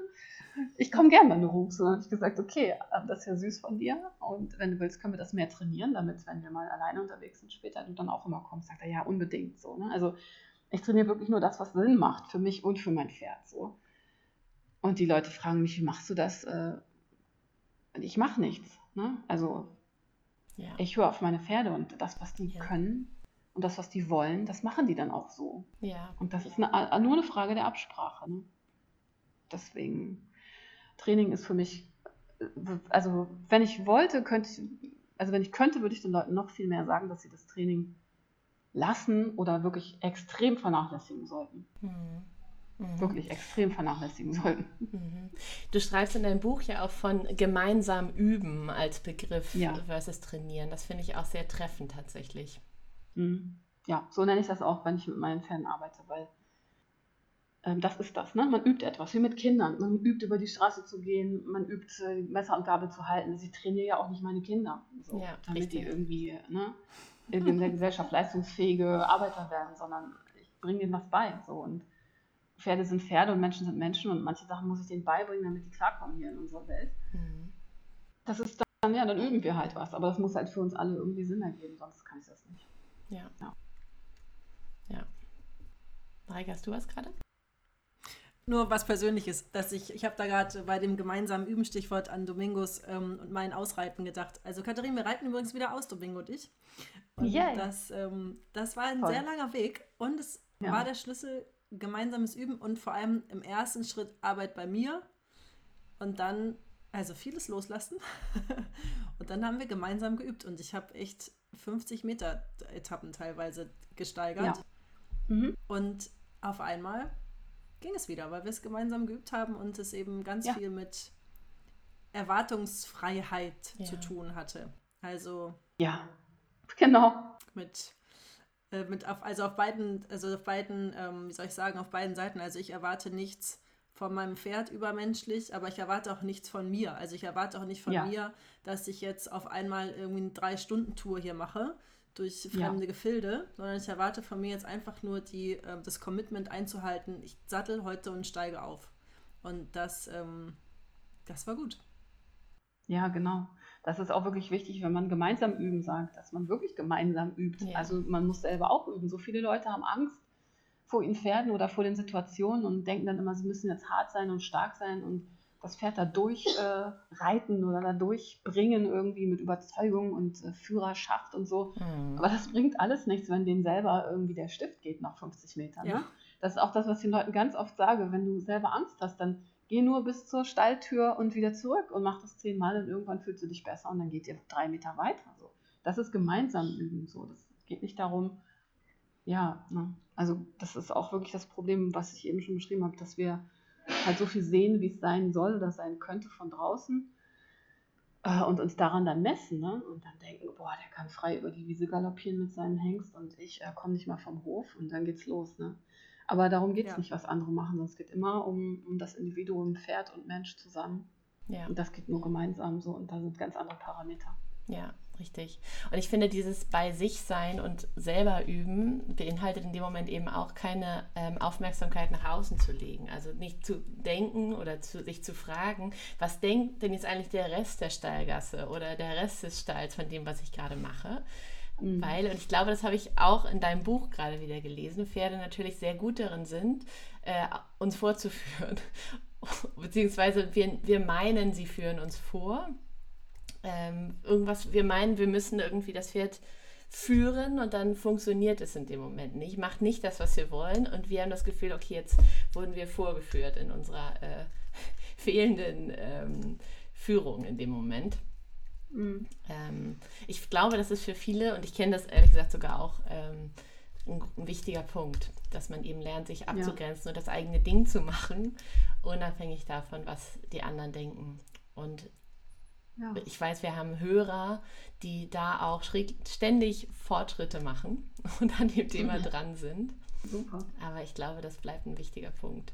Ich komme gern, wenn du rufst. Und dann habe ich gesagt, okay, das ist ja süß von dir. Und wenn du willst, können wir das mehr trainieren, damit, wenn wir mal alleine unterwegs sind später, du dann auch immer kommst. Sagt er, ja, unbedingt. So, ne? Also ich trainiere wirklich nur das, was Sinn macht für mich und für mein Pferd. So. Und die Leute fragen mich, wie machst du das? Ich mache nichts. Ne? Also Ja. ich höre auf meine Pferde und das, was die Ja. können und das, was die wollen, das machen die dann auch so. Ja. Und das ist eine, nur eine Frage der Absprache. Ne? Deswegen, Training ist für mich, also wenn ich wollte, könnte ich, also wenn ich könnte, würde ich den Leuten noch viel mehr sagen, dass sie das Training lassen oder wirklich extrem vernachlässigen sollten. Mhm. Mhm. Wirklich extrem vernachlässigen sollten. Mhm. Du schreibst in deinem Buch ja auch von gemeinsam üben als Begriff Ja. versus trainieren. Das finde ich auch sehr treffend tatsächlich. Mhm. Ja, so nenne ich das auch, wenn ich mit meinen Pferden arbeite, weil ähm, das ist das, ne? Man übt etwas, wie mit Kindern. Man übt, über die Straße zu gehen, man übt, äh, Messer und Gabel zu halten. Ich trainiere ja auch nicht meine Kinder, so, Ja, damit richtig. die irgendwie ne, in der Gesellschaft leistungsfähige Arbeiter werden, sondern ich bringe denen was bei. So. Und Pferde sind Pferde und Menschen sind Menschen und manche Sachen muss ich denen beibringen, damit die klarkommen hier in unserer Welt. Mhm. Das ist dann, ja, dann üben wir halt was, aber das muss halt für uns alle irgendwie Sinn ergeben, sonst kann ich das nicht. Ja. Ja. Ja. Mareike, hast du was gerade? Nur was Persönliches, dass ich, ich habe da gerade bei dem gemeinsamen Üben, Stichwort an Domingos ähm, und mein Ausreiten gedacht. Also Katharina, wir reiten übrigens wieder aus, Domingo und ich. Und Yay. das, ähm, das war ein Toll. sehr langer Weg und es Ja. war der Schlüssel, gemeinsames Üben und vor allem im ersten Schritt Arbeit bei mir und dann, also vieles loslassen und dann haben wir gemeinsam geübt und ich habe echt fünfzig Meter Etappen teilweise gesteigert Ja. Mhm. und auf einmal ging es wieder, weil wir es gemeinsam geübt haben und es eben ganz Ja. viel mit Erwartungsfreiheit Ja. zu tun hatte. Also Ja, genau. mit, äh, mit auf, also auf beiden, also auf beiden, ähm, wie soll ich sagen, auf beiden Seiten. Also ich erwarte nichts von meinem Pferd übermenschlich, aber ich erwarte auch nichts von mir. Also ich erwarte auch nicht von Ja. mir, dass ich jetzt auf einmal irgendwie eine Drei-Stunden-Tour hier mache durch Ja. fremde Gefilde, sondern ich erwarte von mir jetzt einfach nur die, äh, das Commitment einzuhalten, ich sattel heute und steige auf. Und das, ähm, das war gut. Ja, genau. das ist auch wirklich wichtig, wenn man gemeinsam üben sagt, dass man wirklich gemeinsam übt. Ja. Also man muss selber auch üben. So viele Leute haben Angst vor ihren Pferden oder vor den Situationen und denken dann immer, sie müssen jetzt hart sein und stark sein und das Pferd da durchreiten äh, oder da durchbringen irgendwie mit Überzeugung und äh, Führerschaft und so. Mhm. Aber das bringt alles nichts, wenn denen selber irgendwie der Stift geht nach fünfzig Metern. Ja. Ne? Das ist auch das, was ich den Leuten ganz oft sage. Wenn du selber Angst hast, dann geh nur bis zur Stalltür und wieder zurück und mach das zehnmal und irgendwann fühlst du dich besser und dann geht ihr drei Meter weiter. So. Das ist gemeinsam üben. So. Das geht nicht darum, ja, ne? Also das ist auch wirklich das Problem, was ich eben schon beschrieben habe, dass wir halt so viel sehen, wie es sein soll oder sein könnte von draußen äh, und uns daran dann messen, ne? Und dann denken, boah, der kann frei über die Wiese galoppieren mit seinem Hengst und ich äh, komme nicht mal vom Hof und dann geht's los, ne? Aber darum geht es Ja. nicht, was andere machen, sondern es geht immer um, um das Individuum Pferd und Mensch zusammen. Ja. Und das geht nur gemeinsam so und da sind ganz andere Parameter. Ja, richtig. Und ich finde, dieses bei sich sein und selber üben beinhaltet in dem Moment eben auch keine ähm, Aufmerksamkeit nach außen zu legen. Also nicht zu denken oder zu, sich zu fragen, was denkt denn jetzt eigentlich der Rest der Stallgasse oder der Rest des Stalls von dem, was ich gerade mache? Mhm. Weil, und ich glaube, das habe ich auch in deinem Buch gerade wieder gelesen, Pferde natürlich sehr gut darin sind, äh, uns vorzuführen. Beziehungsweise wir, wir meinen, sie führen uns vor. Ähm, irgendwas, wir meinen, wir müssen irgendwie das Pferd führen und dann funktioniert es in dem Moment nicht, macht nicht das, was wir wollen und wir haben das Gefühl, okay, jetzt wurden wir vorgeführt in unserer äh, fehlenden ähm, Führung in dem Moment. Mhm. Ähm, ich glaube, das ist für viele, und ich kenne das ehrlich gesagt sogar auch, ähm, ein, ein wichtiger Punkt, dass man eben lernt, sich abzugrenzen ja. und das eigene Ding zu machen, unabhängig davon, was die anderen denken. Und ja. ich weiß, wir haben Hörer, die da auch schräg, ständig Fortschritte machen und an dem Thema mhm. dran sind. Super. Aber ich glaube, das bleibt ein wichtiger Punkt.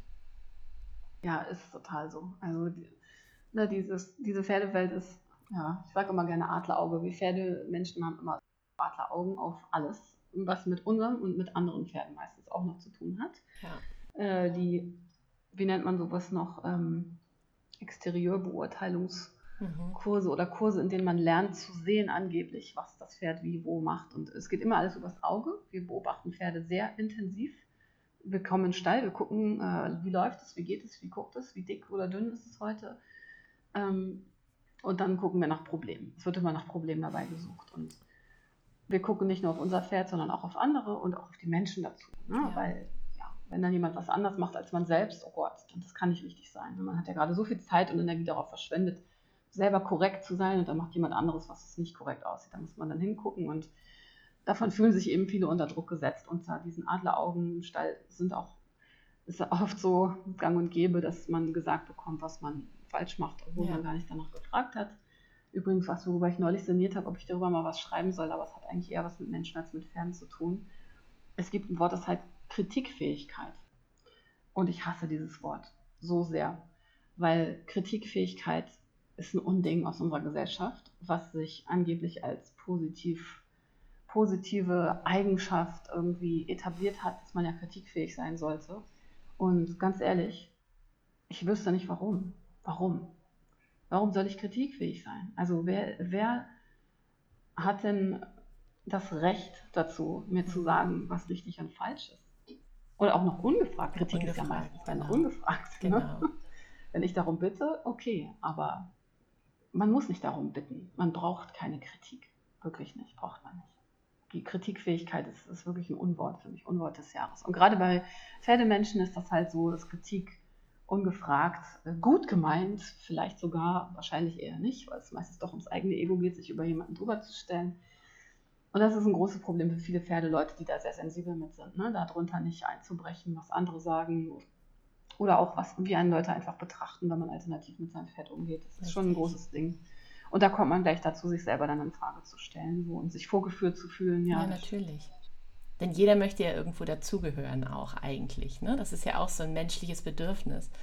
Ja, ist total so. Also die, ne, dieses, diese Pferdewelt ist, ja, ich sage immer gerne Adlerauge. Wir Pferdemenschen haben immer Adleraugen auf alles, was mit unserem und mit anderen Pferden meistens auch noch zu tun hat. Ja. Äh, die, wie nennt man sowas noch, ähm, Exterieurbeurteilungs- Kurse oder Kurse, in denen man lernt zu sehen angeblich, was das Pferd wie wo macht. Und es geht immer alles übers Auge. Wir beobachten Pferde sehr intensiv. Wir kommen in den Stall, wir gucken, äh, wie läuft es, wie geht es, wie guckt es, wie dick oder dünn ist es heute. Ähm, und dann gucken wir nach Problemen. Es wird immer nach Problemen dabei gesucht. Und wir gucken nicht nur auf unser Pferd, sondern auch auf andere und auch auf die Menschen dazu. Ne? Ja. Weil ja, wenn dann jemand was anders macht als man selbst, oh Gott, das kann nicht richtig sein. Man hat ja gerade so viel Zeit und Energie darauf verschwendet, selber korrekt zu sein und dann macht jemand anderes, was nicht korrekt aussieht. Da muss man dann hingucken und davon fühlen sich eben viele unter Druck gesetzt. Unter diesen Adleraugen im Stall sind auch, ist oft so gang und gäbe, dass man gesagt bekommt, was man falsch macht, obwohl ja. man gar nicht danach gefragt hat. Übrigens, was worüber ich neulich sinniert habe, ob ich darüber mal was schreiben soll, aber es hat eigentlich eher was mit Menschen als mit Pferden zu tun. Es gibt ein Wort, das heißt Kritikfähigkeit. Und ich hasse dieses Wort so sehr, weil Kritikfähigkeit ist ein Unding aus unserer Gesellschaft, was sich angeblich als positiv, positive Eigenschaft irgendwie etabliert hat, dass man ja kritikfähig sein sollte. Und ganz ehrlich, ich wüsste nicht warum. Warum? Warum soll ich kritikfähig sein? Also wer, wer hat denn das Recht dazu, mir zu sagen, was richtig und falsch ist? Oder auch noch ungefragt. Kritik ungefragt, ist ja meistens genau. dann ungefragt. Genau. Ne? Wenn ich darum bitte, okay, aber man muss nicht darum bitten. Man braucht keine Kritik. Wirklich nicht, braucht man nicht. Die Kritikfähigkeit ist, ist wirklich ein Unwort für mich, Unwort des Jahres. Und gerade bei Pferdemenschen ist das halt so, dass Kritik ungefragt, gut gemeint, vielleicht sogar, wahrscheinlich eher nicht, weil es meistens doch ums eigene Ego geht, sich über jemanden drüber zu stellen. Und das ist ein großes Problem für viele Pferdeleute, die da sehr sensibel mit sind, ne? Darunter nicht einzubrechen, was andere sagen oder auch was, wie einen Leute einfach betrachten, wenn man alternativ mit seinem Pferd umgeht. Das ist Richtig. Schon ein großes Ding. Und da kommt man gleich dazu, sich selber dann in Frage zu stellen so, und sich vorgeführt zu fühlen. Ja, ja natürlich. Denn jeder möchte ja irgendwo dazugehören auch eigentlich. Ne? Das ist ja auch so ein menschliches Bedürfnis.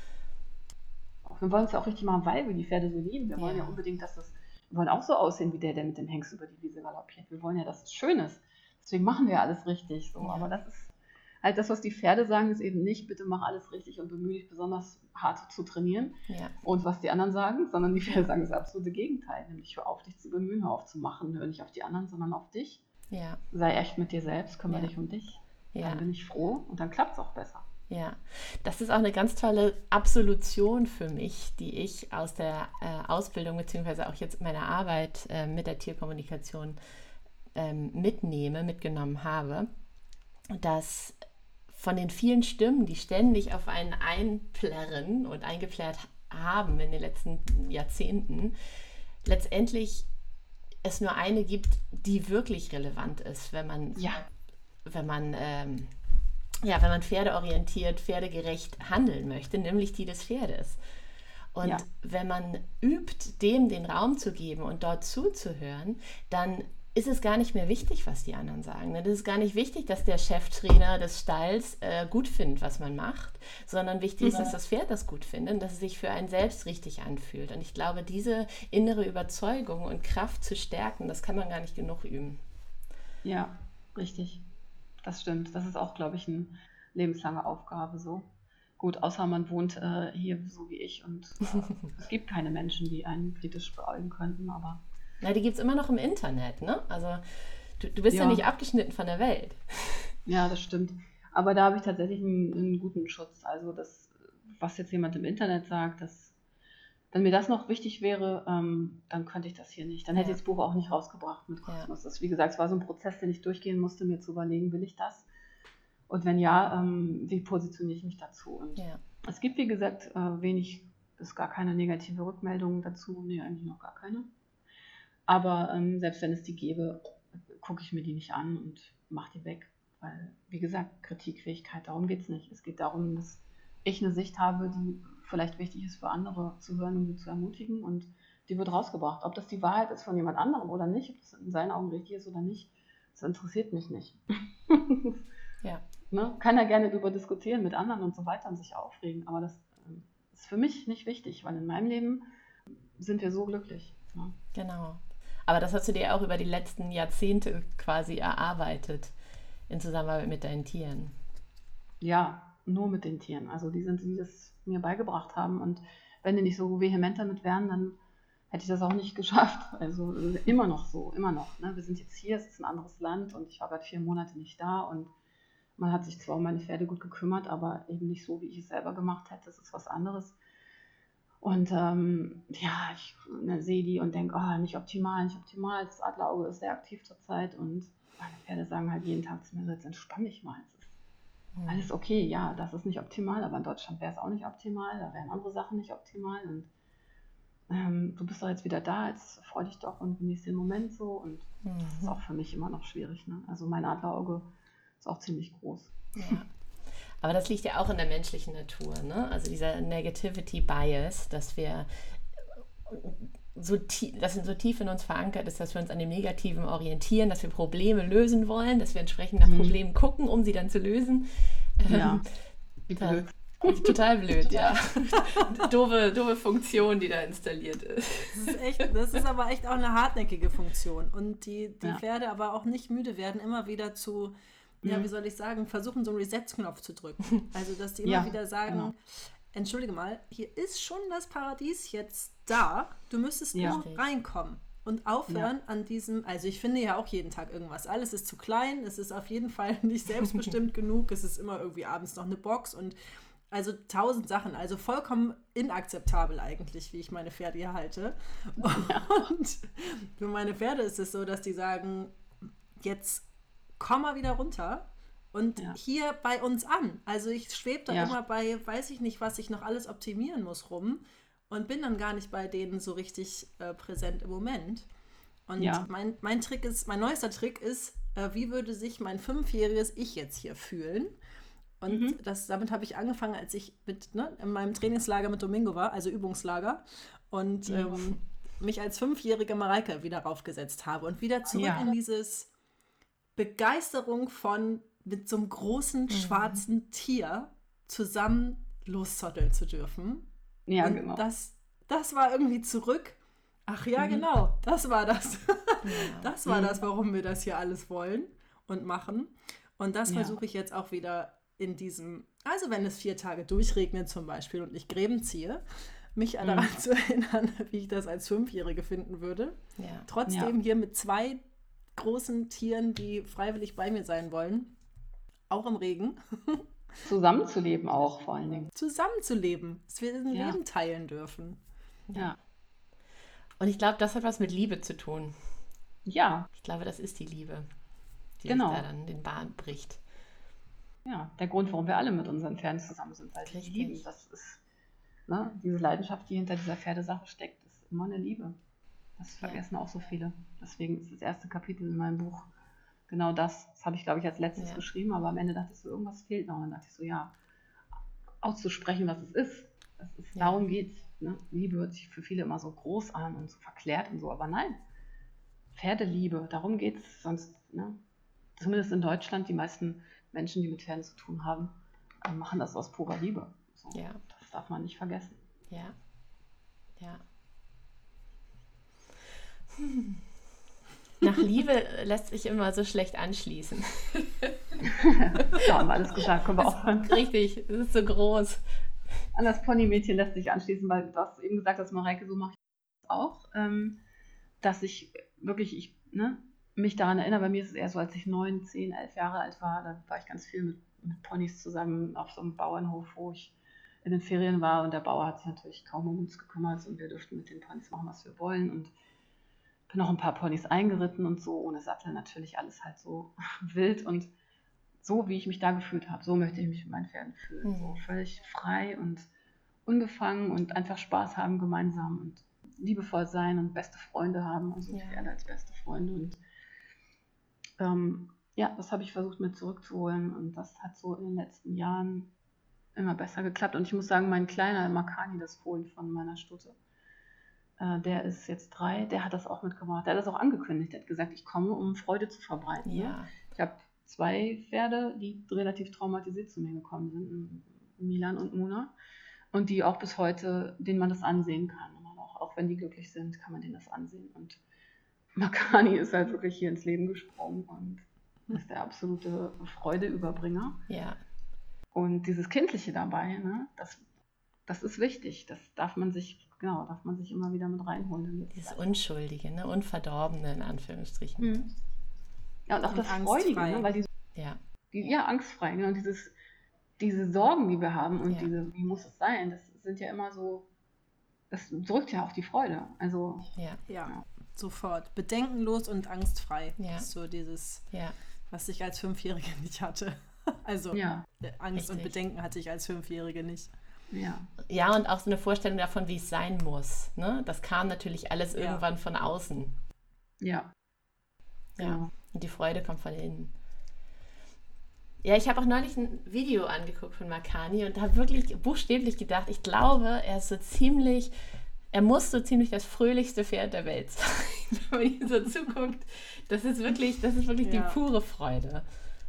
Wir wollen es ja auch richtig machen, weil wir die Pferde so lieben. Wir ja. wollen ja unbedingt, dass das, wir wollen auch so aussehen wie der, der mit dem Hengst über die Wiese galoppiert. Wir wollen ja, dass es schön ist. Deswegen machen wir alles richtig. So. Ja. Aber das ist halt das, was die Pferde sagen, ist eben nicht, bitte mach alles richtig und bemühe dich besonders hart zu trainieren. Ja. Und was die anderen sagen, sondern die Pferde sagen das absolute Gegenteil. Nämlich hör auf, dich zu bemühen, hör auf zu machen, hör nicht auf die anderen, sondern auf dich. Ja. Sei echt mit dir selbst, kümmere Ja. dich um dich. Ja. Dann bin ich froh und dann klappt es auch besser. Ja, das ist auch eine ganz tolle Absolution für mich, die ich aus der äh, Ausbildung beziehungsweise auch jetzt meiner Arbeit äh, mit der Tierkommunikation ähm, mitnehme, mitgenommen habe, dass von den vielen Stimmen, die ständig auf einen einplärren und eingeplärt haben in den letzten Jahrzehnten, letztendlich es nur eine gibt, die wirklich relevant ist, wenn man, Ja. wenn man ähm, Ja, wenn man pferdeorientiert, pferdegerecht handeln möchte, nämlich die des Pferdes. Und Ja. wenn man übt, dem den Raum zu geben und dort zuzuhören, dann ist es gar nicht mehr wichtig, was die anderen sagen. Dann ist es gar nicht wichtig, dass der Cheftrainer des Stalls äh, gut findet, was man macht, sondern wichtig ist, dass das Pferd das gut findet und dass es sich für einen selbst richtig anfühlt. Und ich glaube, diese innere Überzeugung und Kraft zu stärken, das kann man gar nicht genug üben. Ja, richtig. Das stimmt. Das ist auch, glaube ich, eine lebenslange Aufgabe so. Gut, außer man wohnt äh, hier so wie ich und äh, es gibt keine Menschen, die einen kritisch beäugen könnten, aber Na, die gibt es immer noch im Internet, ne? Also du, du bist ja. Ja. nicht abgeschnitten von der Welt. ja, das stimmt. Aber da habe ich tatsächlich einen, einen guten Schutz. Also das, was jetzt jemand im Internet sagt, das, wenn mir das noch wichtig wäre, ähm, dann könnte ich das hier nicht. Dann hätte Ja. ich das Buch auch nicht rausgebracht mit Kosmos. Das, wie gesagt, es war so ein Prozess, den ich durchgehen musste, mir zu überlegen, will ich das? Und wenn ja, ähm, wie positioniere ich mich dazu? Und Ja. es gibt, wie gesagt, äh, wenig, bis gar keine negative Rückmeldungen dazu. Nee, eigentlich noch gar keine. Aber ähm, selbst wenn es die gäbe, gucke ich mir die nicht an und mache die weg. Weil, wie gesagt, Kritikfähigkeit, darum geht es nicht. Es geht darum, dass ich eine Sicht habe, die vielleicht wichtig ist für andere zu hören und sie zu ermutigen. Und die wird rausgebracht. Ob das die Wahrheit ist von jemand anderem oder nicht, ob das in seinen Augen richtig ist oder nicht, das interessiert mich nicht. Ja. Ne? Kann ja gerne darüber diskutieren mit anderen und so weiter und sich aufregen. Aber das ähm, ist für mich nicht wichtig, weil in meinem Leben sind wir so glücklich. Ne? Genau. Aber das hast du dir auch über die letzten Jahrzehnte quasi erarbeitet in Zusammenarbeit mit deinen Tieren. Ja, nur mit den Tieren. Also die sind, die das mir beigebracht haben. Und wenn die nicht so vehement damit wären, dann hätte ich das auch nicht geschafft. Also immer noch so, immer noch. Ne? Wir sind jetzt hier, es ist ein anderes Land und ich war gerade vier Monate nicht da und man hat sich zwar um meine Pferde gut gekümmert, aber eben nicht so, wie ich es selber gemacht hätte. Das ist was anderes. Und ähm, ja, ich ne, sehe die und denke, oh, nicht optimal, nicht optimal. Das Adlerauge ist sehr aktiv zurzeit und meine Pferde sagen halt jeden Tag zu mir, jetzt entspann dich mal. Es ist Mhm. alles okay, ja, das ist nicht optimal, aber in Deutschland wäre es auch nicht optimal, da wären andere Sachen nicht optimal und ähm, du bist doch jetzt wieder da, jetzt freu dich doch und genieß den Moment so und Mhm. das ist auch für mich immer noch schwierig. Ne? Also mein Adlerauge ist auch ziemlich groß. Ja. Aber das liegt ja auch in der menschlichen Natur, ne? Also dieser Negativity Bias, dass wir so tief, das so tief in uns verankert ist, dass wir uns an dem Negativen orientieren, dass wir Probleme lösen wollen, dass wir entsprechend nach Mhm. Problemen gucken, um sie dann zu lösen. Ja, Ähm, wie da- blöd. Total blöd, ja. doofe, doofe Funktion, die da installiert ist. Das ist, echt, das ist aber echt auch eine hartnäckige Funktion. Und die, die Ja. Pferde aber auch nicht müde werden, immer wieder zu, ja, Mhm. wie soll ich sagen, versuchen, so einen Reset-Knopf zu drücken. Also, dass die immer Ja, wieder sagen, genau. entschuldige mal, hier ist schon das Paradies jetzt da. Du müsstest Ja. nur reinkommen. Und aufhören an diesem, also ich finde ja auch jeden Tag irgendwas. Alles ist zu klein, es ist auf jeden Fall nicht selbstbestimmt genug, es ist immer irgendwie abends noch eine Box und also tausend Sachen, also vollkommen inakzeptabel eigentlich, wie ich meine Pferde hier halte. Und für meine Pferde ist es so, dass die sagen, jetzt komm mal wieder runter und Ja. hier bei uns an. Also ich schwebe da Ja. immer bei, weiß ich nicht, was ich noch alles optimieren muss rum und bin dann gar nicht bei denen so richtig äh, präsent im Moment. Und Ja. mein, mein Trick ist, mein neuester Trick ist, äh, wie würde sich mein fünfjähriges Ich jetzt hier fühlen? Und Mhm. das, damit habe ich angefangen, als ich mit, ne, in meinem Trainingslager mit Domingo war, also Übungslager, und Ja. ähm, mich als fünfjährige Mareike wieder raufgesetzt habe und wieder zurück Ja. in dieses Begeisterung von mit so einem großen schwarzen Tier zusammen loszotteln zu dürfen. Ja, und genau. das, das war irgendwie zurück. Ach ja, Mhm. genau, das war das. Ja. Das war Mhm. das, warum wir das hier alles wollen und machen. Und das Ja. versuche ich jetzt auch wieder in diesem, also wenn es vier Tage durchregnet zum Beispiel und ich Gräben ziehe, mich daran mhm. zu erinnern, wie ich das als Fünfjährige finden würde. Ja. Trotzdem ja. hier mit zwei großen Tieren, die freiwillig bei mir sein wollen, auch im Regen. Zusammenzuleben auch vor allen Dingen. Zusammenzuleben, dass wir ein ja. Leben teilen dürfen. Ja. Und ich glaube, das hat was mit Liebe zu tun. Ja. Ich glaube, das ist die Liebe, die genau. da dann den Bahn bricht. Ja, der Grund, warum wir alle mit unseren Pferden zusammen sind, weil wir lieben. Das ist, ne, diese Leidenschaft, die hinter dieser Pferdesache steckt, ist immer eine Liebe. Das vergessen ja. auch so viele. Deswegen ist das erste Kapitel in meinem Buch genau das. Das habe ich, glaube ich, als letztes ja. geschrieben, aber am Ende dachte ich so, irgendwas fehlt noch. Und dann dachte ich so, ja, auszusprechen, was es ist. Das ist ja. Darum geht es. Ne? Liebe hört sich für viele immer so groß an und so verklärt und so, aber nein. Pferdeliebe, darum geht es. Sonst, ne? Zumindest in Deutschland, die meisten Menschen, die mit Pferden zu tun haben, machen das aus purer Liebe. So, ja. Das darf man nicht vergessen. Ja. Ja. Hm. Nach Liebe lässt sich immer so schlecht anschließen. Ja, haben wir alles gesagt, können wir auch hören. Richtig, es ist so groß. An das Ponymädchen lässt sich anschließen, weil du hast eben gesagt, dass Mareike, so mache ich das auch, ähm, dass ich wirklich, ich, ne, mich daran erinnere, bei mir ist es eher so, als ich neun, zehn, elf Jahre alt war, da war ich ganz viel mit, mit Ponys zusammen auf so einem Bauernhof, wo ich in den Ferien war und der Bauer hat sich natürlich kaum um uns gekümmert und wir durften mit den Ponys machen, was wir wollen und bin auch ein paar Ponys eingeritten und so, ohne Sattel natürlich alles halt so wild und so, wie ich mich da gefühlt habe, so möchte ich mich mit meinen Pferden fühlen, mhm. so völlig frei und unbefangen und einfach Spaß haben gemeinsam und liebevoll sein und beste Freunde haben, also ja. Pferde als beste Freunde und ähm, ja, das habe ich versucht mit zurückzuholen und das hat so in den letzten Jahren immer besser geklappt und ich muss sagen, mein kleiner Makani, das Fohlen von meiner Stute, äh, der ist jetzt drei, der hat das auch mitgemacht, der hat das auch angekündigt, der hat gesagt, ich komme, um Freude zu verbreiten. Ja. Ne? Ich habe zwei Pferde, die relativ traumatisiert zu mir gekommen sind, Milan und Muna, und die auch bis heute, denen man das ansehen kann. Auch, auch wenn die glücklich sind, kann man denen das ansehen. Und Makani ist halt wirklich hier ins Leben gesprungen und ist der absolute Freudeüberbringer. Ja. Und dieses Kindliche dabei, ne, das, das ist wichtig. Das darf man sich, genau, darf man sich immer wieder mit reinholen. Dieses Unschuldige, ne, Unverdorbene in Anführungsstrichen. Mhm. Ja, und auch und das Freudige, ne, weil die, ja. die ja angstfrei, ne, und dieses, diese Sorgen, die wir haben und ja. diese, wie muss es sein, das sind ja immer so, das drückt ja auch die Freude. Also ja, ja, ja. sofort. Bedenkenlos und angstfrei. Ja. Das ist so dieses, ja. was ich als Fünfjährige nicht hatte. Also ja. Angst Richtig. und Bedenken hatte ich als Fünfjährige nicht. Ja. Ja, und auch so eine Vorstellung davon, wie es sein muss. Ne? Das kam natürlich alles ja. irgendwann von außen. Ja. Ja. Genau. Und die Freude kommt von innen. Ja, ich habe auch neulich ein Video angeguckt von Makani und habe wirklich buchstäblich gedacht, ich glaube, er ist so ziemlich, er muss so ziemlich das fröhlichste Pferd der Welt sein, wenn man ihm so zuguckt. Das ist wirklich, das ist wirklich ja. die pure Freude.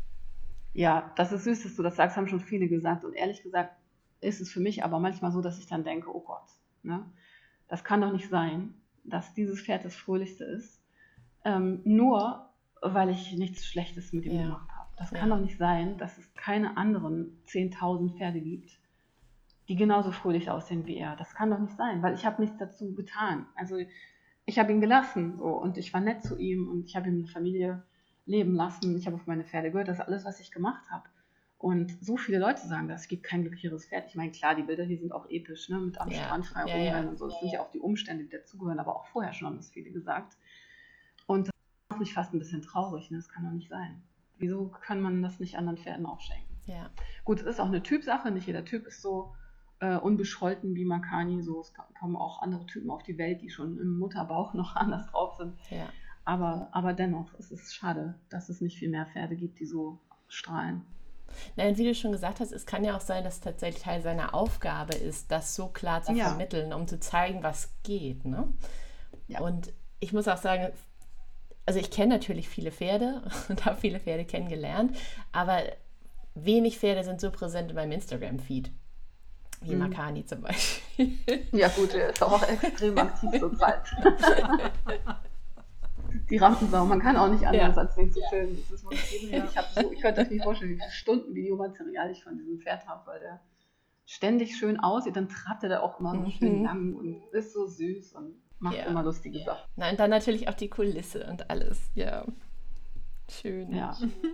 Ja, das ist süß, dass du das sagst, haben schon viele gesagt. Und ehrlich gesagt ist es für mich aber manchmal so, dass ich dann denke, oh Gott, ne? Das kann doch nicht sein, dass dieses Pferd das Fröhlichste ist, ähm, nur weil ich nichts Schlechtes mit ihm ja. gemacht habe. Das ja. kann doch nicht sein, dass es keine anderen zehntausend Pferde gibt, die genauso fröhlich aussehen wie er. Das kann doch nicht sein, weil ich habe nichts dazu getan. Also ich habe ihn gelassen so, und ich war nett zu ihm und ich habe ihm eine Familie leben lassen. Ich habe auf meine Pferde gehört. Das ist alles, was ich gemacht habe. Und so viele Leute sagen das, es gibt kein glücklicheres Pferd. Ich meine, klar, die Bilder, die sind auch episch, ne? Mit am ja. Strand frei ja, rumrennen ja. und so. Das sind ja auch die Umstände, die dazugehören, aber auch vorher schon haben das viele gesagt. Und das macht mich fast ein bisschen traurig. Ne? Das kann doch nicht sein. Wieso kann man das nicht anderen Pferden auch schenken? Ja. Gut, es ist auch eine Typsache. Nicht jeder Typ ist so äh, unbescholten wie Makani. So, es kommen auch andere Typen auf die Welt, die schon im Mutterbauch noch anders drauf sind. Ja. Aber, aber dennoch, es ist schade, dass es nicht viel mehr Pferde gibt, die so strahlen. Nein, wie du schon gesagt hast, es kann ja auch sein, dass es tatsächlich Teil seiner Aufgabe ist, das so klar zu ja. vermitteln, um zu zeigen, was geht. Ne? Ja. Und ich muss auch sagen, also ich kenne natürlich viele Pferde und habe viele Pferde kennengelernt, aber wenig Pferde sind so präsent in meinem Instagram-Feed, wie mhm. Makani zum Beispiel. Ja gut, er ist auch extrem aktiv zur Zeit. die Rampensau. Man kann auch nicht anders, Ja. als den zu filmen. Das ist wirklich Ja. ich, hab so, ich könnte euch nicht vorstellen, wie viele Stunden Videomaterial ich von diesem Pferd habe, weil der ständig schön aussieht. Dann trappt er da auch immer so schön Mhm. lang und ist so süß und macht Ja. immer lustige Sachen. Nein, dann natürlich auch die Kulisse und alles. Ja, schön. Ja.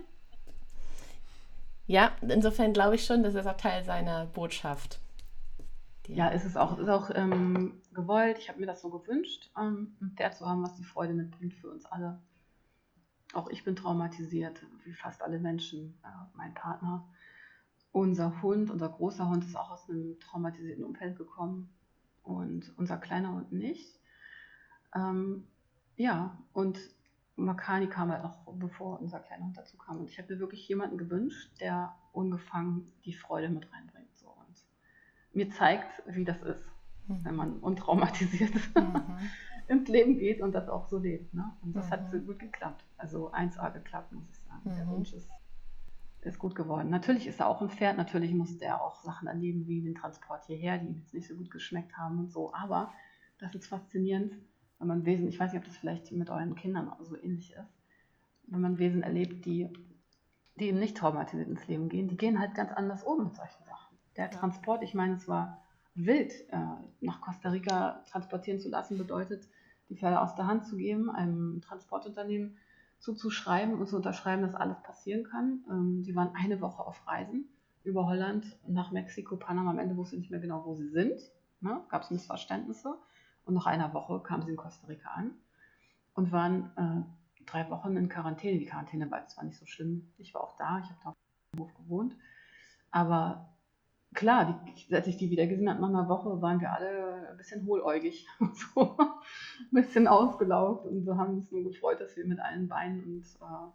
Ja, insofern glaube ich schon, das ist auch Teil seiner Botschaft. Die- Ja, ist es auch, ist auch ähm, gewollt. Ich habe mir das so gewünscht, ähm, ein Pferd zu haben, was die Freude mitbringt für uns alle. Auch ich bin traumatisiert, wie fast alle Menschen. Äh, mein Partner, unser Hund, unser großer Hund ist auch aus einem traumatisierten Umfeld gekommen und unser kleiner Hund nicht. Ähm, ja, und Makani kam halt noch, bevor unser kleiner Hund dazu kam. Und ich habe mir wirklich jemanden gewünscht, der unbefangen die Freude mit reinbringt. So. Und mir zeigt, wie das ist, wenn man untraumatisiert Mhm. ins Leben geht und das auch so lebt. Ne? Und das Mhm. hat so gut geklappt. Also eins A geklappt, muss ich sagen. Der Mhm. Wunsch ist, ist gut geworden. Natürlich ist er auch ein Pferd, natürlich musste er auch Sachen erleben, wie den Transport hierher, die jetzt nicht so gut geschmeckt haben und so. Aber das ist faszinierend, wenn man Wesen, ich weiß nicht, ob das vielleicht mit euren Kindern so ähnlich ist, wenn man Wesen erlebt, die, die eben nicht traumatisiert ins Leben gehen, die gehen halt ganz anders um mit solchen Sachen. Der Ja. Transport, ich meine, es war wild, äh, nach Costa Rica transportieren zu lassen, bedeutet, die Pferde aus der Hand zu geben, einem Transportunternehmen zuzuschreiben und zu unterschreiben, dass alles passieren kann. Ähm, die waren eine Woche auf Reisen über Holland nach Mexiko, Panama. Am Ende wusste ich nicht mehr genau, wo sie sind. Ne? Gab es Missverständnisse. Und nach einer Woche kamen sie in Costa Rica an und waren äh, drei Wochen in Quarantäne. Die Quarantäne war zwar nicht so schlimm, ich war auch da, ich habe da auf dem Hof gewohnt, aber klar, die, als ich die wieder gesehen habe, nach einer Woche waren wir alle ein bisschen hohläugig, so ein bisschen ausgelaugt und wir haben uns nur gefreut, dass wir mit allen Beinen und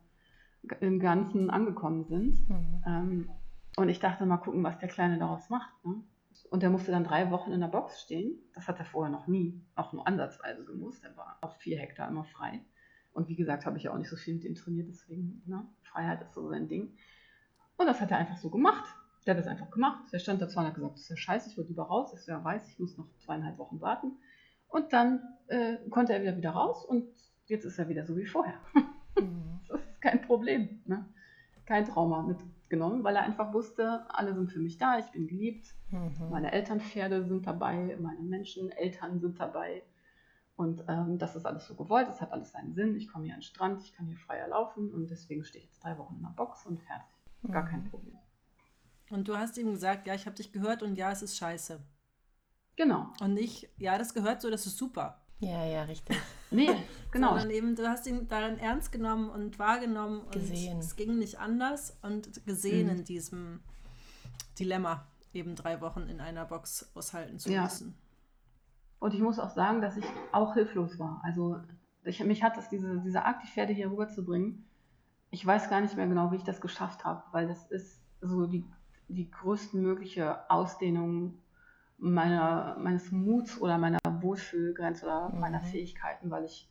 äh, im Ganzen angekommen sind. Mhm. Ähm, und ich dachte, mal gucken, was der Kleine daraus macht. Ne? Und der musste dann drei Wochen in der Box stehen. Das hat er vorher noch nie, auch nur ansatzweise gemusst. Er war auf vier Hektar immer frei. Und wie gesagt, habe ich ja auch nicht so viel mit ihm trainiert, deswegen, ne? Freiheit ist so sein Ding. Und das hat er einfach so gemacht. Der hat das einfach gemacht. Der stand da zwar und hat gesagt, das ist ja scheiße, ich will lieber raus. Ich so, ja, weiß, ich muss noch zweieinhalb Wochen warten. Und dann äh, konnte er wieder wieder raus und jetzt ist er wieder so wie vorher. Mhm. Das ist kein Problem. Ne? Kein Trauma mitgenommen, weil er einfach wusste, alle sind für mich da, ich bin geliebt. Mhm. Meine Elternpferde sind dabei, meine Menschen, Eltern sind dabei. Und ähm, das ist alles so gewollt, es hat alles seinen Sinn. Ich komme hier an den Strand, ich kann hier freier laufen und deswegen stehe ich jetzt drei Wochen in der Box und fertig. Gar kein Problem. Und du hast ihm gesagt, ja, ich habe dich gehört und ja, es ist scheiße. Genau. Und nicht, ja, das gehört so, das ist super. Ja, ja, richtig. Nee, genau. Sondern eben, du hast ihn darin ernst genommen und wahrgenommen und Gesehen. es ging nicht anders und gesehen Mhm. in diesem Dilemma, eben drei Wochen in einer Box aushalten zu Ja. müssen. Und ich muss auch sagen, dass ich auch hilflos war. Also ich, mich hat es, diese, diese Art, die Pferde hier rüberzubringen, ich weiß gar nicht mehr genau, wie ich das geschafft habe, weil das ist so die, die größtmögliche Ausdehnung meiner, meines Muts oder meiner Wohlfühlgrenze oder Mhm. meiner Fähigkeiten, weil ich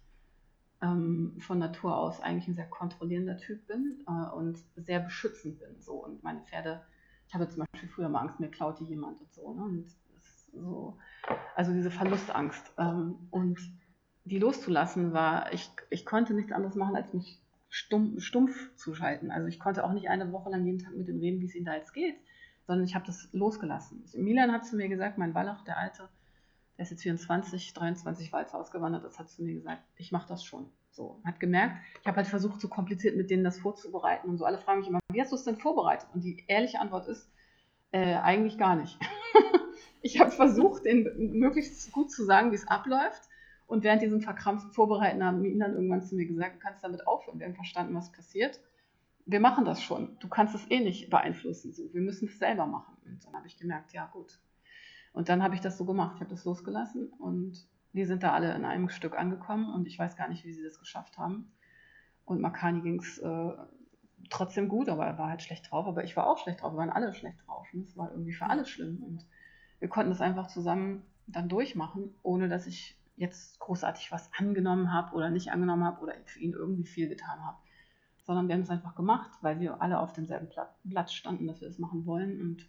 ähm, von Natur aus eigentlich ein sehr kontrollierender Typ bin äh, und sehr beschützend bin. So. Und meine Pferde, ich hatte zum Beispiel früher mal Angst, mir klaut die jemand und so. Ne? Und das ist so, also diese Verlustangst. Ähm, und die loszulassen war, ich, ich konnte nichts anderes machen, als mich stumpf, stumpf zu schalten. Also ich konnte auch nicht eine Woche lang jeden Tag mit denen reden, wie es ihnen da jetzt geht, sondern ich habe das losgelassen. Milan hat zu mir gesagt, mein Wallach, der Alte, der ist jetzt vierundzwanzig, dreiundzwanzig, war jetzt ausgewandert, das hat zu mir gesagt, ich mache das schon. So, hat gemerkt, ich habe halt versucht, so kompliziert mit denen das vorzubereiten und so. Alle fragen mich immer, wie hast du es denn vorbereitet? Und die ehrliche Antwort ist, äh, eigentlich gar nicht. Ich habe versucht, denen möglichst gut zu sagen, wie es abläuft. Und während diesem verkrampften Vorbereiten haben die dann irgendwann zu mir gesagt, du kannst damit aufhören, wir haben verstanden, was passiert. Wir machen das schon. Du kannst es eh nicht beeinflussen. So. Wir müssen es selber machen. Und dann habe ich gemerkt, ja gut. Und dann habe ich das so gemacht. Ich habe das losgelassen und die sind da alle in einem Stück angekommen und ich weiß gar nicht, wie sie das geschafft haben. Und Makani ging es äh, trotzdem gut, aber er war halt schlecht drauf. Aber ich war auch schlecht drauf. Wir waren alle schlecht drauf. Und es war irgendwie für alle schlimm. Und wir konnten das einfach zusammen dann durchmachen, ohne dass ich jetzt großartig was angenommen habe oder nicht angenommen habe oder für ihn irgendwie viel getan habe. Sondern wir haben es einfach gemacht, weil wir alle auf demselben Blatt standen, dass wir es machen wollen und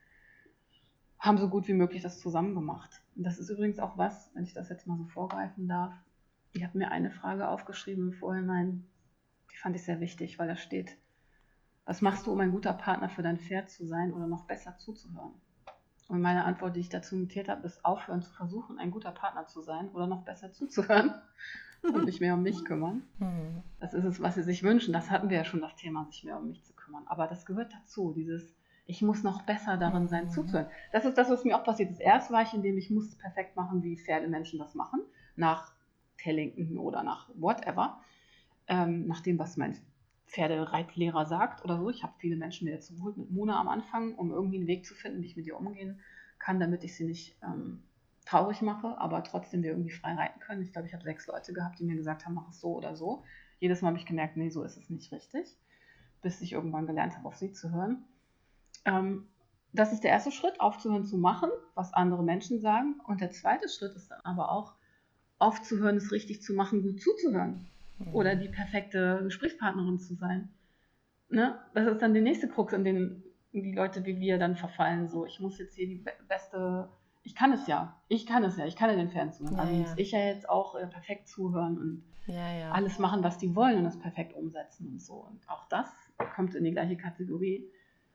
haben so gut wie möglich das zusammen gemacht. Und das ist übrigens auch was, wenn ich das jetzt mal so vorgreifen darf, Ich habe mir eine Frage aufgeschrieben im Vorhinein, die fand ich sehr wichtig, weil da steht: Was machst du, um ein guter Partner für dein Pferd zu sein oder noch besser zuzuhören? Und meine Antwort, die ich dazu notiert habe, ist: Aufhören zu versuchen, ein guter Partner zu sein oder noch besser zuzuhören und mich mehr um mich kümmern. Mhm. Das ist es, was sie sich wünschen. Das hatten wir ja schon, das Thema, sich mehr um mich zu kümmern. Aber das gehört dazu, dieses: Ich muss noch besser darin sein, Mhm. zuzuhören. Das ist das, was mir auch passiert ist. Erst war ich in dem, ich muss es perfekt machen, wie Pferdemenschen das machen, nach Tellington oder nach whatever, ähm, nach dem, was mein Pferdereitlehrer sagt oder so. Ich habe viele Menschen mir dazu geholt mit Mona am Anfang, um irgendwie einen Weg zu finden, wie ich mit ihr umgehen kann, damit ich sie nicht ähm, traurig mache, aber trotzdem wir irgendwie frei reiten können. Ich glaube, ich habe sechs Leute gehabt, die mir gesagt haben, mach es so oder so. Jedes Mal habe ich gemerkt, nee, so ist es nicht richtig, bis ich irgendwann gelernt habe, auf sie zu hören. Ähm, das ist der erste Schritt, aufzuhören zu machen, was andere Menschen sagen. Und der zweite Schritt ist dann aber auch, aufzuhören, es richtig zu machen, gut zuzuhören. Oder die perfekte Gesprächspartnerin zu sein. Ne? Das ist dann der nächste Krux, in den die Leute wie wir dann verfallen. So, ich muss jetzt hier die be- beste, ich kann es ja, ich kann es ja, ich kann ja den Fans zuhören. Ja, Also ja. muss ich ja jetzt auch äh, perfekt zuhören und Ja, ja. alles machen, was die wollen und das perfekt umsetzen und so. Und auch das kommt in die gleiche Kategorie.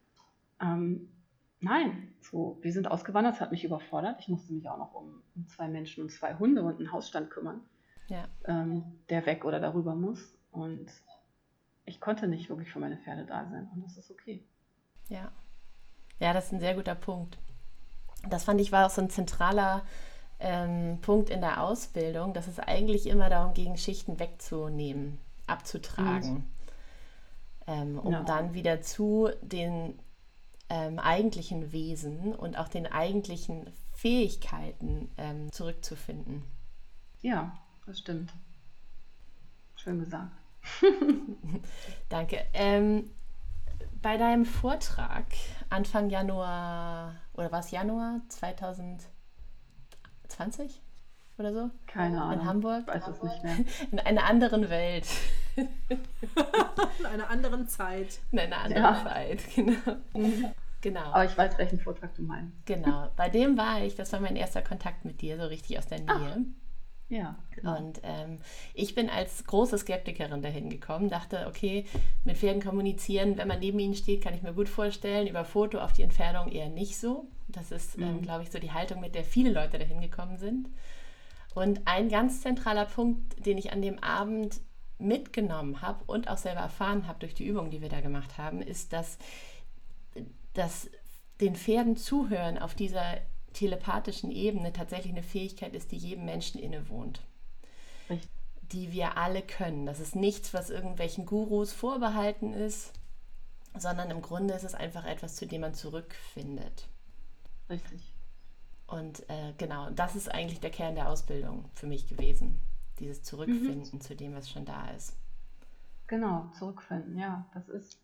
Ähm, nein, so, wir sind ausgewandert, das hat mich überfordert. Ich musste mich auch noch um, um zwei Menschen und zwei Hunde und einen Hausstand kümmern, Ja. ähm, der weg oder darüber muss. Und ich konnte nicht wirklich für meine Pferde da sein und das ist okay. Ja. Ja, das ist ein sehr guter Punkt. Das fand ich war auch so ein zentraler ähm, Punkt in der Ausbildung, dass es eigentlich immer darum ging, Schichten wegzunehmen, abzutragen, ähm, um Ja. dann wieder zu den ähm, eigentlichen Wesen und auch den eigentlichen Fähigkeiten ähm, zurückzufinden. Ja, das stimmt. Schön gesagt. Danke. Ähm, bei deinem Vortrag Anfang Januar, oder war es Januar zwanzig zwanzig oder so? Keine Ahnung. In Hamburg? Ich weiß es nicht mehr. In einer anderen Welt. In einer anderen Zeit. In einer anderen Ja. Zeit, genau. Genau. Aber ich weiß, welchen Vortrag du meinst. Genau. Bei dem war ich, das war mein erster Kontakt mit dir, so richtig aus der Nähe. Ja, genau. Und ähm, ich bin als große Skeptikerin dahin gekommen, dachte, okay, mit Pferden kommunizieren, wenn man neben ihnen steht, kann ich mir gut vorstellen, über Foto auf die Entfernung eher nicht so. Das ist, ähm, Mhm. glaube ich, so die Haltung, mit der viele Leute dahin gekommen sind. Und ein ganz zentraler Punkt, den ich an dem Abend mitgenommen habe und auch selber erfahren habe durch die Übungen, die wir da gemacht haben, ist, dass, dass den Pferden zuhören auf dieser telepathischen Ebene tatsächlich eine Fähigkeit ist, die jedem Menschen innewohnt. Richtig. Die wir alle können. Das ist nichts, was irgendwelchen Gurus vorbehalten ist, sondern im Grunde ist es einfach etwas, zu dem man zurückfindet. Richtig. Und äh, genau, das ist eigentlich der Kern der Ausbildung für mich gewesen. Dieses Zurückfinden Mhm. zu dem, was schon da ist. Genau, zurückfinden, ja. Das ist